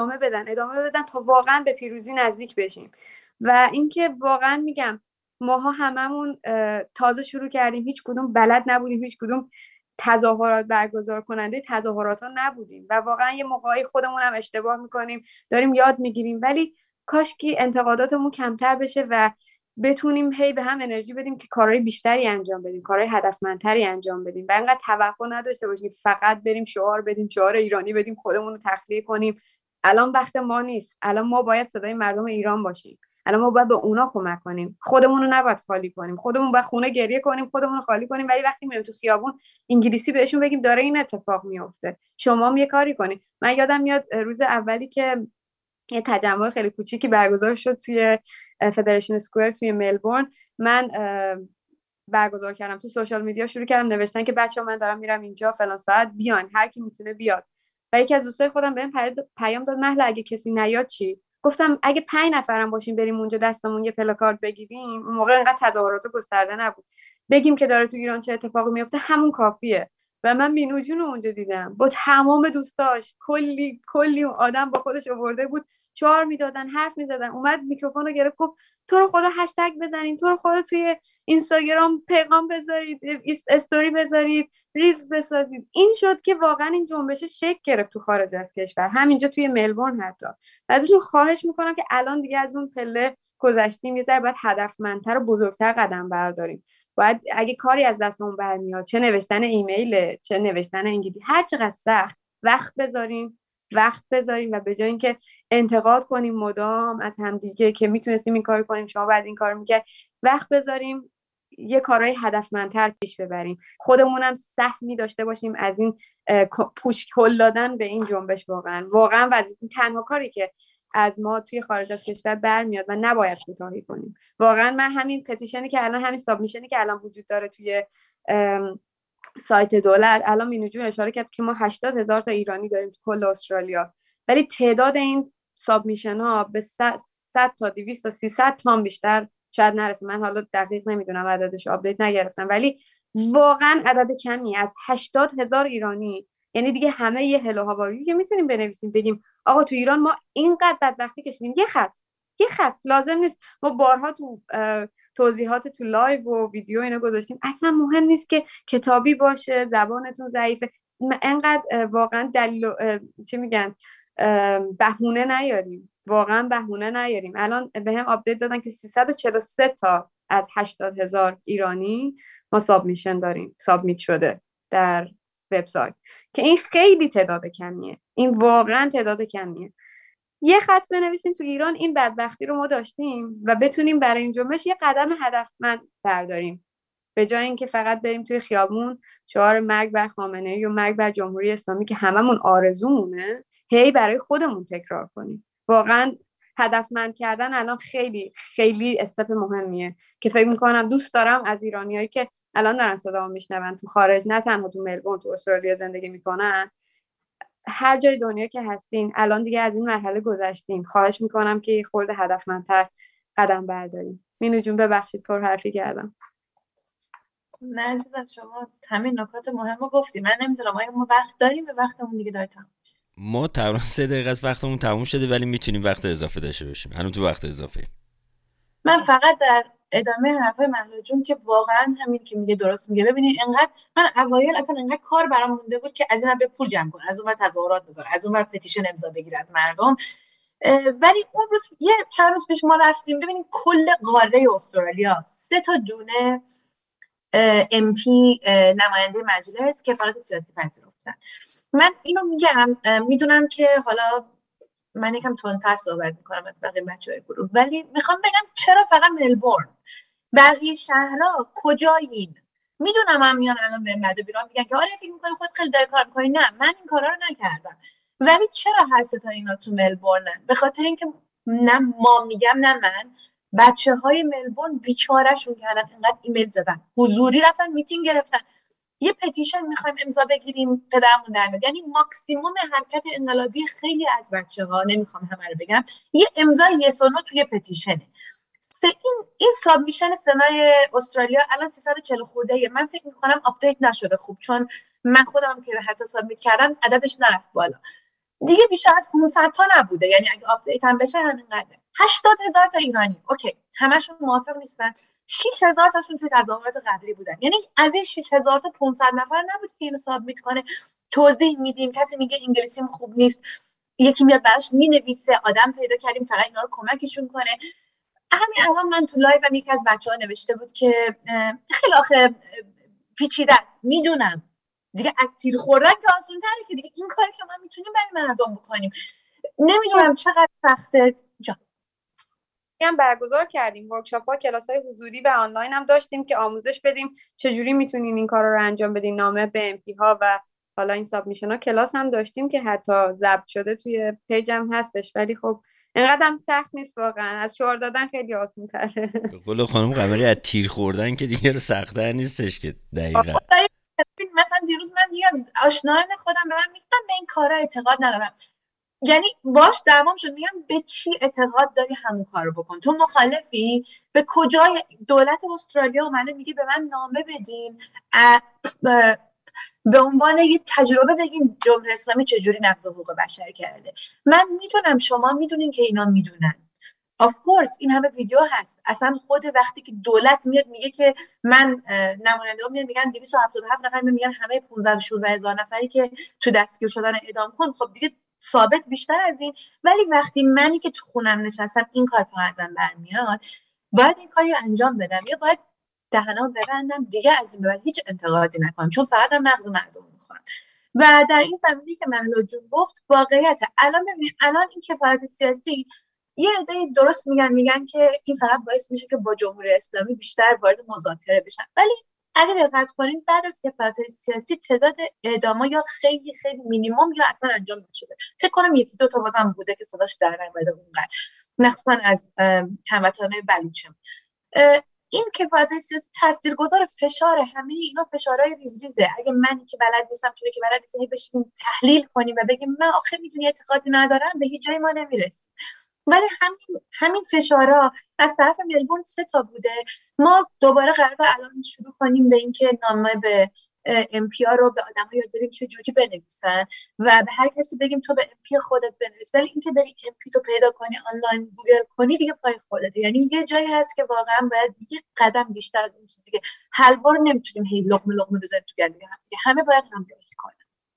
بدن تا واقعا به پیروزی نزدیک بشیم. و اینکه واقعا میگم ماها هممون تازه شروع کردیم، هیچ کدوم بلد نبودیم، هیچ کدوم تظاهرات برگزار کننده تظاهرات ها نبودیم و واقعا یه موقعی خودمون هم اشتباه میکنیم، داریم یاد میگیریم، ولی کاشکی انتقاداتمون کمتر بشه و بتونیم هی به هم انرژی بدیم که کارهای بیشتری انجام بدیم، کارهای هدفمندتری انجام بدیم و اینقدر توقع نداشته باشیم فقط بریم شعار بدیم، شعار ایرانی بدیم، خودمون رو تخلیه کنیم. الان وقت ما نیست، الان ما باید صدای مردم ایران باشیم، الان ما باید به اونا کمک کنیم، خودمون رو نباید خالی کنیم، خودمون باید خونه گریه کنیم، خودمون رو خالی کنیم، ولی وقتی میریم تو خیابون انگلیسی بهشون بگیم داره این اتفاق میفته، شما هم یه کاری کنید. من یادم میاد روز اولی که یه تجمع خیلی کوچیکی برگزار شد توی فدریشن اسکوئر توی ملبورن، من برگزار کردم تو سوشال میدیا، شروع کردم نوشتن که بچه‌ها من دارم میرم اینجا فلان ساعت، بیاین هر کی میتونه بیاد. و یکی از دوستای خودم بهم پیام داد مهلا اگه کسی نیاد چی؟ گفتم اگه 5 نفرم باشیم بریم اونجا دستمون یه پلاکارد بگیریم، اون موقع انقدر تظاهرات گسترده نبود، بگیم که داره تو ایران چه اتفاقی میفته، همون کافیه. و من مینو جون رو اونجا دیدم با تمام دوستاش، کلی آدم با خودش آورده بود، شعار میدادن، حرف میزدن. اومد میکروفون رو گرفت گفت تو رو خدا هشتگ بزنید، تو رو خدا توی اینستاگرام پیغام بذارید، استوری بذارید، ریلز بسازید. این شد که واقعا این جنبش شکل گرفت تو خارج از کشور، همینجا توی ملبورن حتی. ازشون خواهش میکنم که الان دیگه از اون پله گذشتیم، یه ذره باید هدفمندتر و بزرگتر قدم برداریم. باید اگه کاری از دستمون برمیاد، چه نوشتن ایمیل، چه نوشتن انگلیسی، هر چقدر سخت، وقت بذاریم و به جای اینکه انتقاد کنیم مدام از همدیگه که میتونستیم این کارو کنیم، شما بعد این کارو میکرد، وقت بذاریم یه کارهای هدفمندتر پیش ببریم، خودمونم سهمی داشته باشیم از این پوش هل دادن به این جنبش. واقعا وظیفه، تنها کاری که از ما توی خارج از کشور برمیاد و نباید کوتاهی کنیم. واقعا من همین پتیشنی که الان، همین سابمیشنی که الان وجود داره توی سایت دولت، الان مینو جون اشاره کرد که ما 80,000 تا ایرانی داریم تو کل استرالیا، ولی تعداد این سابمیشن ها به 100 تا 200 تا 300 تا بیشتر شاید نرسه. من حالا دقیق نمیدونم، عددش آپدیت نگرفتم، ولی واقعا عدد کمی از 80,000 ایرانی. یعنی دیگه همه یه هلو هاواری که میتونیم بنویسیم بگیم آقا تو ایران ما اینقدر بدبختی کشیدیم، یه خط لازم نیست. ما بارها تو توضیحات تو لایو و ویدیو اینا گذاشتیم، اصلا مهم نیست که کتابی باشه، زبانتون ضعیفه، انقدر واقعا دلیل چی میگن بهونه نیاریم، واقعا بهونه نیاریم. الان به هم آپدیت دادن که 343 تا از 80,000 ایرانی ما سابمیشن داریم، سابمیت شده در وبسایت، که این خیلی تعداد کمیه، این واقعا تعداد کمیه. یه خط بنویسیم تو ایران این بدبختی رو ما داشتیم و بتونیم برای این جنبش یه قدم هدفمند برداریم، به جای اینکه فقط بریم توی خیابون شعار مرگ بر خامنه‌ای و مرگ بر جمهوری اسلامی که هممون آرزومونه هی برای خودمون تکرار کنیم. واقعا هدفمند کردن الان خیلی خیلی استپ مهمیه که فکر میکنم دوست دارم از ایرانیایی که الان دارن صدامو میشنون تو خارج، نه تنها تو ملبورن، تو استرالیا زندگی میکنن، هر جای دنیا که هستین الان دیگه از این مرحله گذشتین، خواهش میکنم که خورده هدفمندتر قدم برداریم. مینو جون ببخشید پر حرفی کردم. نه عزیزم، شما همین نکات مهم رو گفتی. من نمیدونم آیا ما وقت داریم، به وقتمون دیگه داره تموم میشه. ما تقریبا 3 دقیقه از وقتمون تموم شده، ولی میتونیم وقت اضافه داشته باشیم. الان تو وقت اضافه. من فقط در ادامه حرفای مهلا جون که واقعا همین که میگه درست میگه. ببینید انقدر من اوایل اصلا انقدر کار برام مونده بود که از این به پول جمع کنم، از اون ور تظاهرات بذارم، از اون ور پتیشن امضا بگیره از مردم. ولی اون روز چند روز پیش ما رفتیم ببینیم کل قاره استرالیا 3 تا دونه MP نماینده مجلس کفالت سیاسی پذیرفتن. من اینو میگم، میدونم که حالا من یکم تندتر صحبت میکنم از بقیه بچه‌های گروه، ولی میخوام بگم چرا فقط ملبورن؟ بقیه شهرها کجایین؟ میدونم هم میان الان به مد و بیران میگن که آره فکر میکنی خود خیلی داره کار میکنی. نه، من این کارا رو نکردم. ولی چرا هر سه تا اینا تو ملبورنن؟ به خاطر اینکه نه ما میگم نه من، بچه‌های ملبورن بیچارهشون کردن، انقدر ایمیل زدن، حضوری رفتن میتینگ گرفتن، یه پتیشن میخوایم امضا بگیریم پدرمون در میاد. یعنی ماکسیموم حرکت انقلابی خیلی از بچه‌ها، نمیخوام همه رو بگم، یه امضای یس و نو توی پتیشنه. این سابمیشن سنای استرالیا الان 340 خورده. من فکر میکنم آپدیت نشده خوب، چون من خودم که حتی سابمیت کردم عددش نرفت بالا. دیگه بیشتر از 500 تا نبوده، یعنی اگه آپدیت هم بشه همینقدره. 80,000 تا ایرانی، اوکی همشون موافق نیستن، 6,000 تاشون توی تظاهرات قبلی بودن. یعنی از این 6,000 تا 500 نفر نبود که اینو سابمیت کنه. توضیح میدیم، کسی میگه انگلیسیم خوب نیست، یکی میاد براش مینویسه، آدم پیدا کردیم فقط اینا رو کمکشون کنه. همین الان من تو لایو یکی از بچه‌ها نوشته بود که خیلی آخه پیچیده است. میدونم دیگه، از تیر خوردن که آسان تره، که دیگه این کاری که ما میتونیم برای مردم بکنیم. نمیدونم چقدر سخته. هم برگزار کردیم ورکشاپ‌ها، کلاس‌های حضوری و آنلاین هم داشتیم که آموزش بدیم چجوری میتونین این کارا رو انجام بدین، نامه به MP ها و حالا این سابمیشن ها. کلاس هم داشتیم که حتی ضبط شده توی پیجم هستش، ولی خب اینقدر هم سخت نیست واقعا، از شعار دادن خیلی آسان‌تره. به قول خانم قمری از تیر خوردن که دیگه رو سخت‌تر نیستش که. دقیقاً مثلا دیروز من دیگه از آشنایان خودم به من میگن به این کارا اعتقاد ندارم. یعنی باش دعوام شد، میگم به چی اعتقاد داری همون کارو بکن. تو مخالفی؟ به کجای دولت استرالیا اومده میگه به من نامه بدین به عنوان یه تجربه بگین جمهوری اسلامی چجوری نقض حقوق بشر کرده. من میدونم شما میدونین که اینا میدونن. of course این همه ویدیو هست. اصلا خود وقتی که دولت میاد میگه که من نماینده‌ها میاد میگن 277 نفر میگن همه 15-16 هزار نفری که تو دستگیر شدن اعدام کن، خب دیگه ثابت بیشتر از این. ولی وقتی منی که تو خونم نشستم این کار ازم برمیاد، باید این کاری رو انجام بدم، یا باید دهنام ببندم دیگه از این به بعد هیچ انتقادی نکنم، چون فقط هم مغز مردم میخورم. و در این زمینه که مهلا جون گفت واقعیت. الان ببینید، الان این کفالت سیاسی یه عده درست میگن که این فقط باعث میشه که با جمهوری اسلامی بیشتر وارد مذاکره بشن، ولی اگه دقت کنین بعد از کفالت سیاسی تعداد اعدام‌ها یا خیلی خیلی مینیمم یا اصلا انجام نشده. فکر کنم 1-2 تا بازم بوده که صداش در نیامده اونقدر، مخصوصا از هموطنان بلوچم. این کفالت سیاسی تاثیرگذار فشار همه اینا، فشارهای ریزریزه. اگه منی که بلد نیستم، توی که بلد نیستی، بشینیم تحلیل کنیم و بگیم من آخه میدونی اعتقادی ندارم، به هیچ جای ما نمیرسیم. ولی همین فشارها از طرف ملبورن 3 تا بوده. ما دوباره قراره الان شروع کنیم به اینکه نامه به MP ها رو به آدم‌ها یاد بدیم چه جوری بنویسن و به هر کسی بگیم تو به MP خودت بنویس. ولی اینکه بری MP تو پیدا کنی آنلاین گوگل کنی دیگه پای خودته. یعنی یه جایی هست که واقعا باید یه قدم بیشتر از اون چیزی که حلوا رو نمیتونیم هی لقمه بزنیم تو گلوی هم دیگه، همه باید همراهی کنن.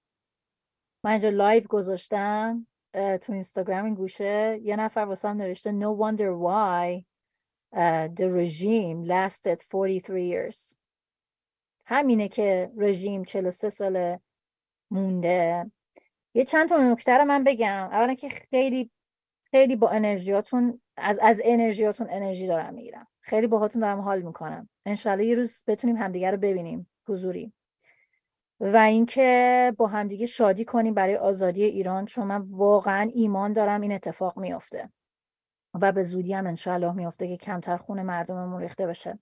من اینجا لایو گذاشتم تو اینستاگرام، این گوشه یه نفر واسم نوشته No wonder why the regime lasted 43 years. همینه که رژیم 43 ساله مونده. یه چند تا نکته رو من بگم. اولا که خیلی خیلی با انرژیاتون از انرژیاتون انرژی دارم میگیرم، خیلی باهاتون دارم حال میکنم. انشالله یه روز بتونیم همدیگه رو ببینیم حضوری و اینکه با همدیگه شادی کنیم برای آزادی ایران، چون من واقعا ایمان دارم این اتفاق میفته. و به زودی هم انشاءالله میفته که کمتر خون مردممون ریخته بشه.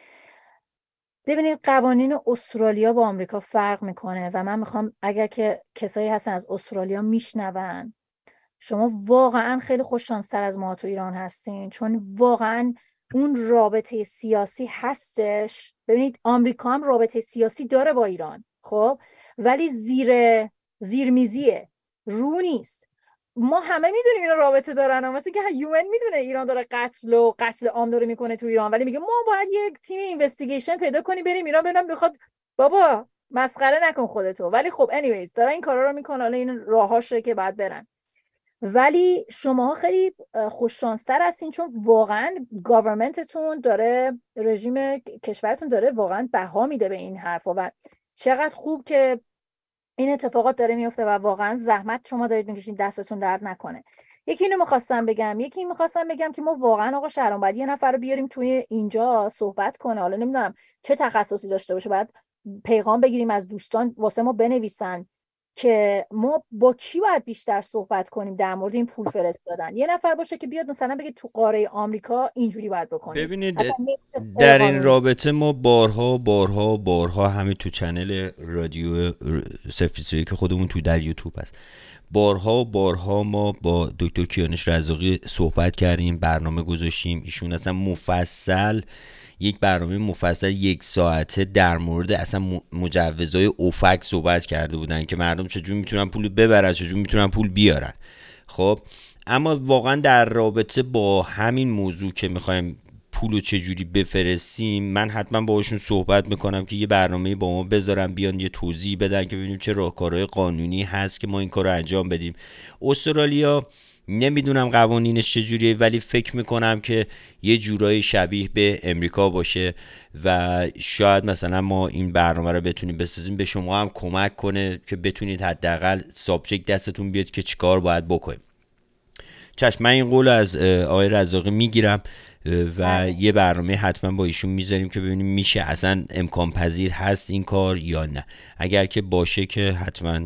ببینید قوانین استرالیا با آمریکا فرق میکنه و من میخوام اگر که کسایی هستن از استرالیا میشنون، شما واقعا خیلی خوششانستر از ما تو ایران هستین، چون واقعا اون رابطه سیاسی هستش. ببینید آمریکا هم رابطه سیاسی داره با ایران، خب، ولی زیر میزیه، رو نیست. ما همه میدونیم اینا رابطه دارن، مثلا که یومن میدونه ایران داره قتل عام داره میکنه تو ایران، ولی میگه ما باید یک تیم اینوستیگیشن پیدا کنیم بریم ایران ببینم بخواد. بابا مسخره نکن خودتو. ولی خب anyways دارن این کارا رو میکنن، حالا این راهاشه که بعد برن. ولی شماها خیلی خوششانستر هستین چون واقعا گاورمنتتون داره، رژیم کشورتون داره واقعا بها میده به این حرفا و چقدر خوب که این اتفاقات داره میفته و واقعا زحمت شما دارید میکشین، دستتون درد نکنه. یکی اینو میخواستم بگم که ما واقعا آقا شهرام باید یه نفر رو بیاریم توی اینجا صحبت کنه. حالا نمیدونم چه تخصصی داشته باشه، بعد پیغام بگیریم از دوستان واسه ما بنویسن که ما با کی باید بیشتر صحبت کنیم در مورد این پول فرستادن. یه نفر باشه که بیاد مثلا بگه تو قاره آمریکا اینجوری باید بکنیم. ببینید در این رابطه ما بارها همه تو چنل رادیو سفیسری که خودمون تو در یوتیوب هست، بارها ما با دکتر کیانش رزاقی صحبت کردیم، برنامه گذاشتیم. ایشون اصلا مفصل یک برنامه مفصل 1 ساعته در مورد اصلا مجوزهای اوفک صحبت کرده بودن که مردم چجور میتونن پول ببرن، چجور میتونن پول بیارن. خب اما واقعا در رابطه با همین موضوع که میخوایم پولو چجوری بفرستیم، من حتما باهاشون صحبت میکنم که یه برنامه با ما بذارن، بیان یه توضیح بدن که ببینیم چه راهکارهای قانونی هست که ما این کارو انجام بدیم. استرالیا نمیدونم قوانینش چجوریه، ولی فکر میکنم که یه جورایی شبیه به امریکا باشه و شاید مثلا ما این برنامه رو بتونیم بسازیم، به شما هم کمک کنه که بتونید حداقل سابجکت دستتون بیاد که چیکار باید بکنیم. چشم، من این قول از آقای رزاقی میگیرم و یه برنامه حتما با ایشون میذاریم که ببینیم میشه اصلا امکان پذیر هست این کار یا نه. اگر که باشه که حتما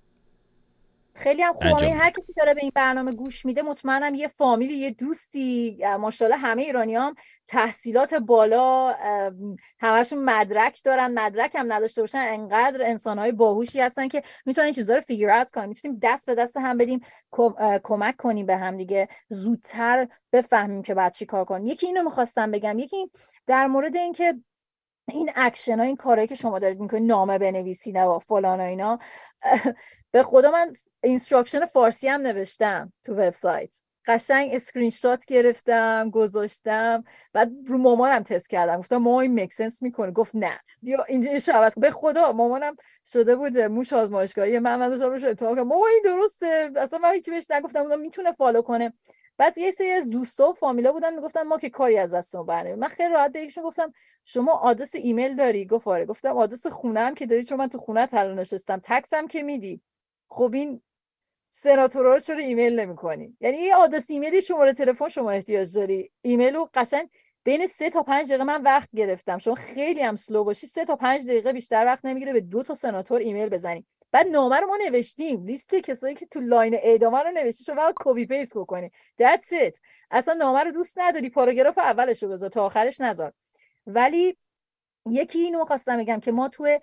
خیلی هم خوبه. هر کسی داره به این برنامه گوش میده مطمئنم یه فامیلی، یه دوستی، ماشاءالله همه ایرانیام تحصیلات بالا، همشون مدرک دارن، مدرک هم نداشته باشن انقدر انسانهای باهوشی هستن که میتونن این چیزا رو فیگر اوت کنن. میتونیم دست به دست هم بدیم، کمک کنیم به هم دیگه، زودتر بفهمیم که بعد چی کار کنیم. یکی اینو میخواستم بگم، یکی در مورد این که این اکشن ها، این کارهایی که شما دارید میکنید، نامه بنویسید و فلان و اینا، به خدا من اینستراکشن فارسی هم نوشتم تو وبسایت، قشنگ اسکرین شات گرفتم گذاشتم، بعد رو مامانم تست کردم، گفتم مامان این میک سنس میکنه؟ گفت نه بیا اینجا این عوض کن. به خدا مامانم شده بود موش آزمایشگاهی، من داشتم روش امتحان کردم، مامان این درسته، اصلا من هیچی بهش نگفتم، میتونه فالو کنه. بعد یه سری از دوستا و فامیلا بودن میگفتن ما که کاری از دستمون برنمیاد. من خیلی راحت بهشون گفتم شما آدرس ایمیل داری؟ گفت آره. گفتم آدرس خونه‌ام که داری؟ چون من تو خونه الان نشستم. تکسم که میدی؟ خب این سناتورا رو چرا ایمیل نمی‌کنی؟ یعنی یه آدرس ایمیلی، شماره تلفن شما احتیاج داری، ایمیلو قشنگ بین 3 تا 5 دقیقه من وقت گرفتم. شما خیلی هم سلو باشی 3 تا 5 دقیقه بیشتر وقت نمیگیره به 2 تا سناتور ایمیل بزنی. بعد نامه رو ما نوشتیم، لیست کسایی که تو لاین اعدام رو نوشتی، شما فقط کپی پیست بکنی. That's it. اصلا نامه رو دوست نداری پاراگراف اولش رو بذار تا آخرش نذار. ولی یکی اینو خواستم بگم که ما تو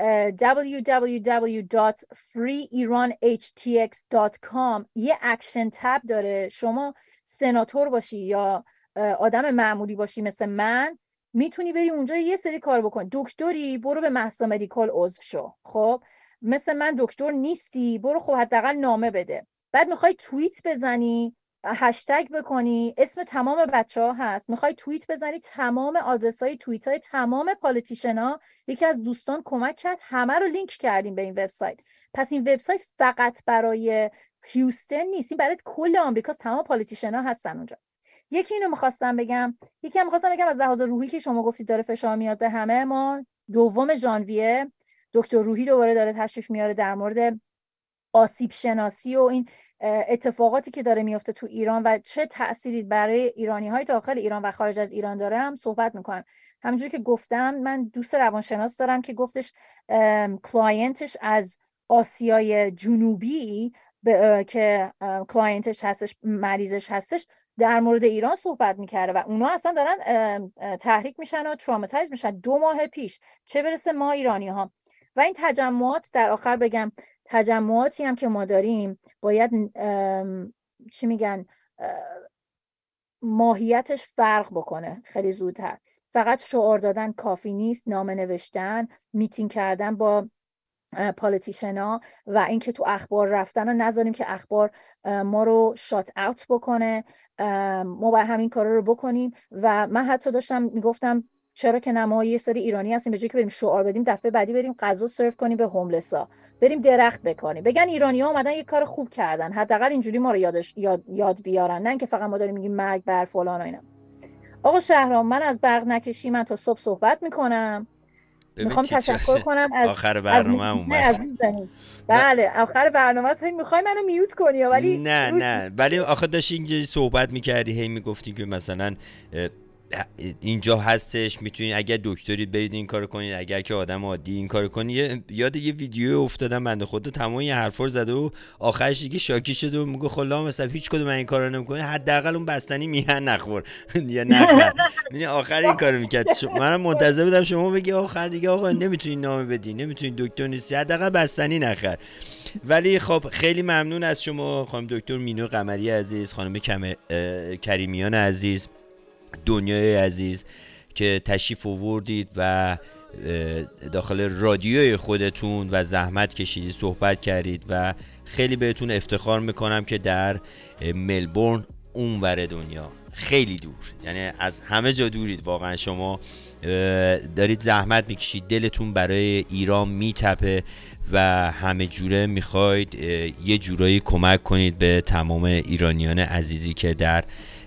www.freeiranhtx.com یه اکشن تب داره. شما سناتور باشی یا آدم معمولی باشی مثل من، میتونی بری اونجا یه سری کار بکن. دکتری، برو به مهسا مدیکال عضو شو. خب مثل من دکتر نیستی، برو خب حداقل نامه بده. بعد میخوای توییت بزنی، هشتگ بکنی، اسم تمام بچه‌ها هست، میخوای توییت بزنی، تمام آدرسای توییت های تمام پالیتیشن ها، یکی از دوستان کمک کرد همه رو لینک کردیم به این وبسایت. پس این وبسایت فقط برای هیوستن نیست، این برای کل آمریکا، تمام پالیتیشن ها هستن اونجا. یکی اینو میخواستم بگم از لحاظ روحی که شما گفتید داره فشار میاد به همه ما. 2 ژانویه دکتر روحی دوباره داره تشریف میاره در مورد آسیب شناسی و این اتفاقاتی که داره میفته تو ایران و چه تأثیری برای ایرانی‌های داخل ایران و خارج از ایران داره هم صحبت میکنن. همونجوری که گفتم من دوست روانشناس دارم که گفتش کلاینتش از آسیای جنوبی که کلاینتش هستش، مریضش هستش، در مورد ایران صحبت میکرده و اونا اصلا دارن تحریک میشن و تراماتایز میشن 2 ماه پیش، چه برسه ما ایرانی ها. و این تجمعات، در آخر بگم، تجمعاتی هم که ما داریم باید چی میگن ماهیتش فرق بکنه خیلی زودتر. فقط شعار دادن کافی نیست، نامه نوشتن، میتینگ کردن با پالیتیشنا و اینکه تو اخبار رفتن و نذاریم که اخبار ما رو شات اوت بکنه. ما باید همین کارا رو بکنیم. و من حتی داشتم میگفتم چرا که ما یه سری ایرانی هستیم، به جای که بریم شعار بدیم دفعه بعدی بریم غذا سرو کنیم به هوملسا، بریم درخت بکنیم، بگن ایرانی‌ها اومدن یه کار خوب کردن، حداقل اینجوری ما رو یاد بیارن، نه اینکه فقط ما داریم میگیم مرگ بر فلان و اینا. آقا شهرام، من از برق نکشی من تا صبح صحبت میکنم. میخوام تشکر کنم از آخر برنامه عزیزمون. بله آخر برنامه است. میخوای منو میوت کنی ولی نه ولی آخه داشتی اینجا صحبت میکردی، هی میگفتی که مثلا اینجا هستش، میتونید اگر دکتری برید این کارو کنید، اگر که آدم عادی این کارو کنید. یاد یه ویدیو افتادم بنده خدا، تمام این حرفا رو زده و آخرش دیگه شاکی شد و میگه خلا مثلا هیچ کدوم من این کارو نمیکنه، حداقل اون بستنی میهن نخور یا نخور. یعنی آخر این کارو میکرد. منم منتظر بودم شما بگی آخر دیگه آقا نمیتونید نامه بدی، نمیتونید دکتر نیستی، حداقل بستنی نخور. ولی خب خیلی ممنون از شما خانم دکتر مینو قمری عزیز، خانم کریمیان عزیز، دنیای عزیز که تشریف آوردید و داخل رادیوی خودتون و زحمت کشیدید، صحبت کردید و خیلی بهتون افتخار میکنم که در ملبورن اونور دنیا، خیلی دور، یعنی از همه جا دورید واقعا، شما دارید زحمت میکشید، دلتون برای ایران میتپه و همه جوره میخواید یه جورایی کمک کنید به تمام ایرانیان عزیزی که در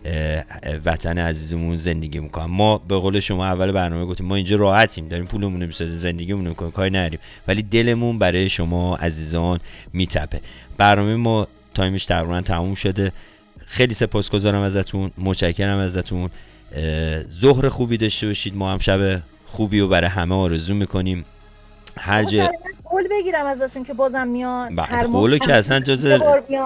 وطن عزیزمون زندگی میکنن. ما به قول شما اول برنامه گفتیم ما اینجا راحتیم، داریم پولمون رو میسازیم، زندگیمون رو میکنیم، کاری نداریم، ولی دلمون برای شما عزیزان میتپه. برنامه ما تایمش تقریبا تموم شده. خیلی سپاسگزارم ازتون، متشکرم ازتون. ظهر خوبی داشته باشید. ما هم شب خوبی رو برای همه آرزو میکنیم. هر جا قول بگیرم ازشون که بازم میان. هر قولو که اصلا جز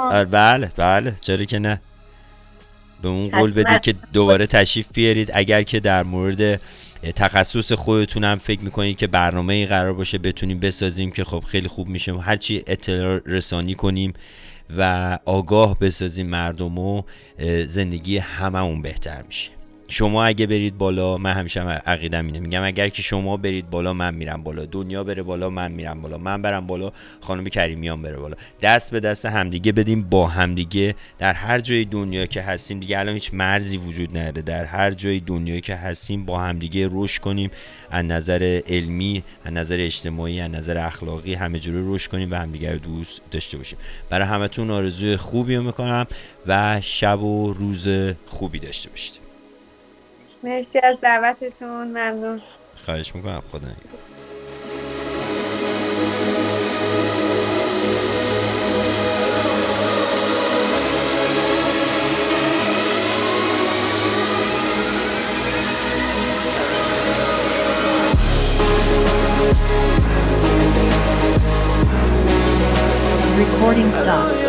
بله چرا که نه، به اون قول بدید که دوباره تشریف بیارید. اگر که در مورد تخصص خودتون هم فکر میکنید که برنامه‌ای قرار باشه بتونیم بسازیم که خب خیلی خوب میشه، هرچی اطلاع رسانی کنیم و آگاه بسازیم مردمو، زندگی هممون بهتر میشه. شما اگه برید بالا، من همیشه عقیدم اینه، میگم اگر که شما برید بالا من میرم بالا، دنیا بره بالا من میرم بالا، من برم بالا خانم کریمیان بره بالا، دست به دست همدیگه بدیم، با همدیگه در هر جای دنیا که هستیم، دیگه الان هیچ مرزی وجود نداره، در هر جای دنیا که هستیم با همدیگه رشد کنیم، از نظر علمی، از نظر اجتماعی، از نظر اخلاقی، همه جوره رشد کنیم و همدیگه رو دوست داشته باشیم. برای همتون آرزوی خوبی رو میکنم و شب و روز خوبی داشته باشید. مرسی از دعوتتون، ممنون. خواهش میکنم. خدا نگهدار. Recording stopped.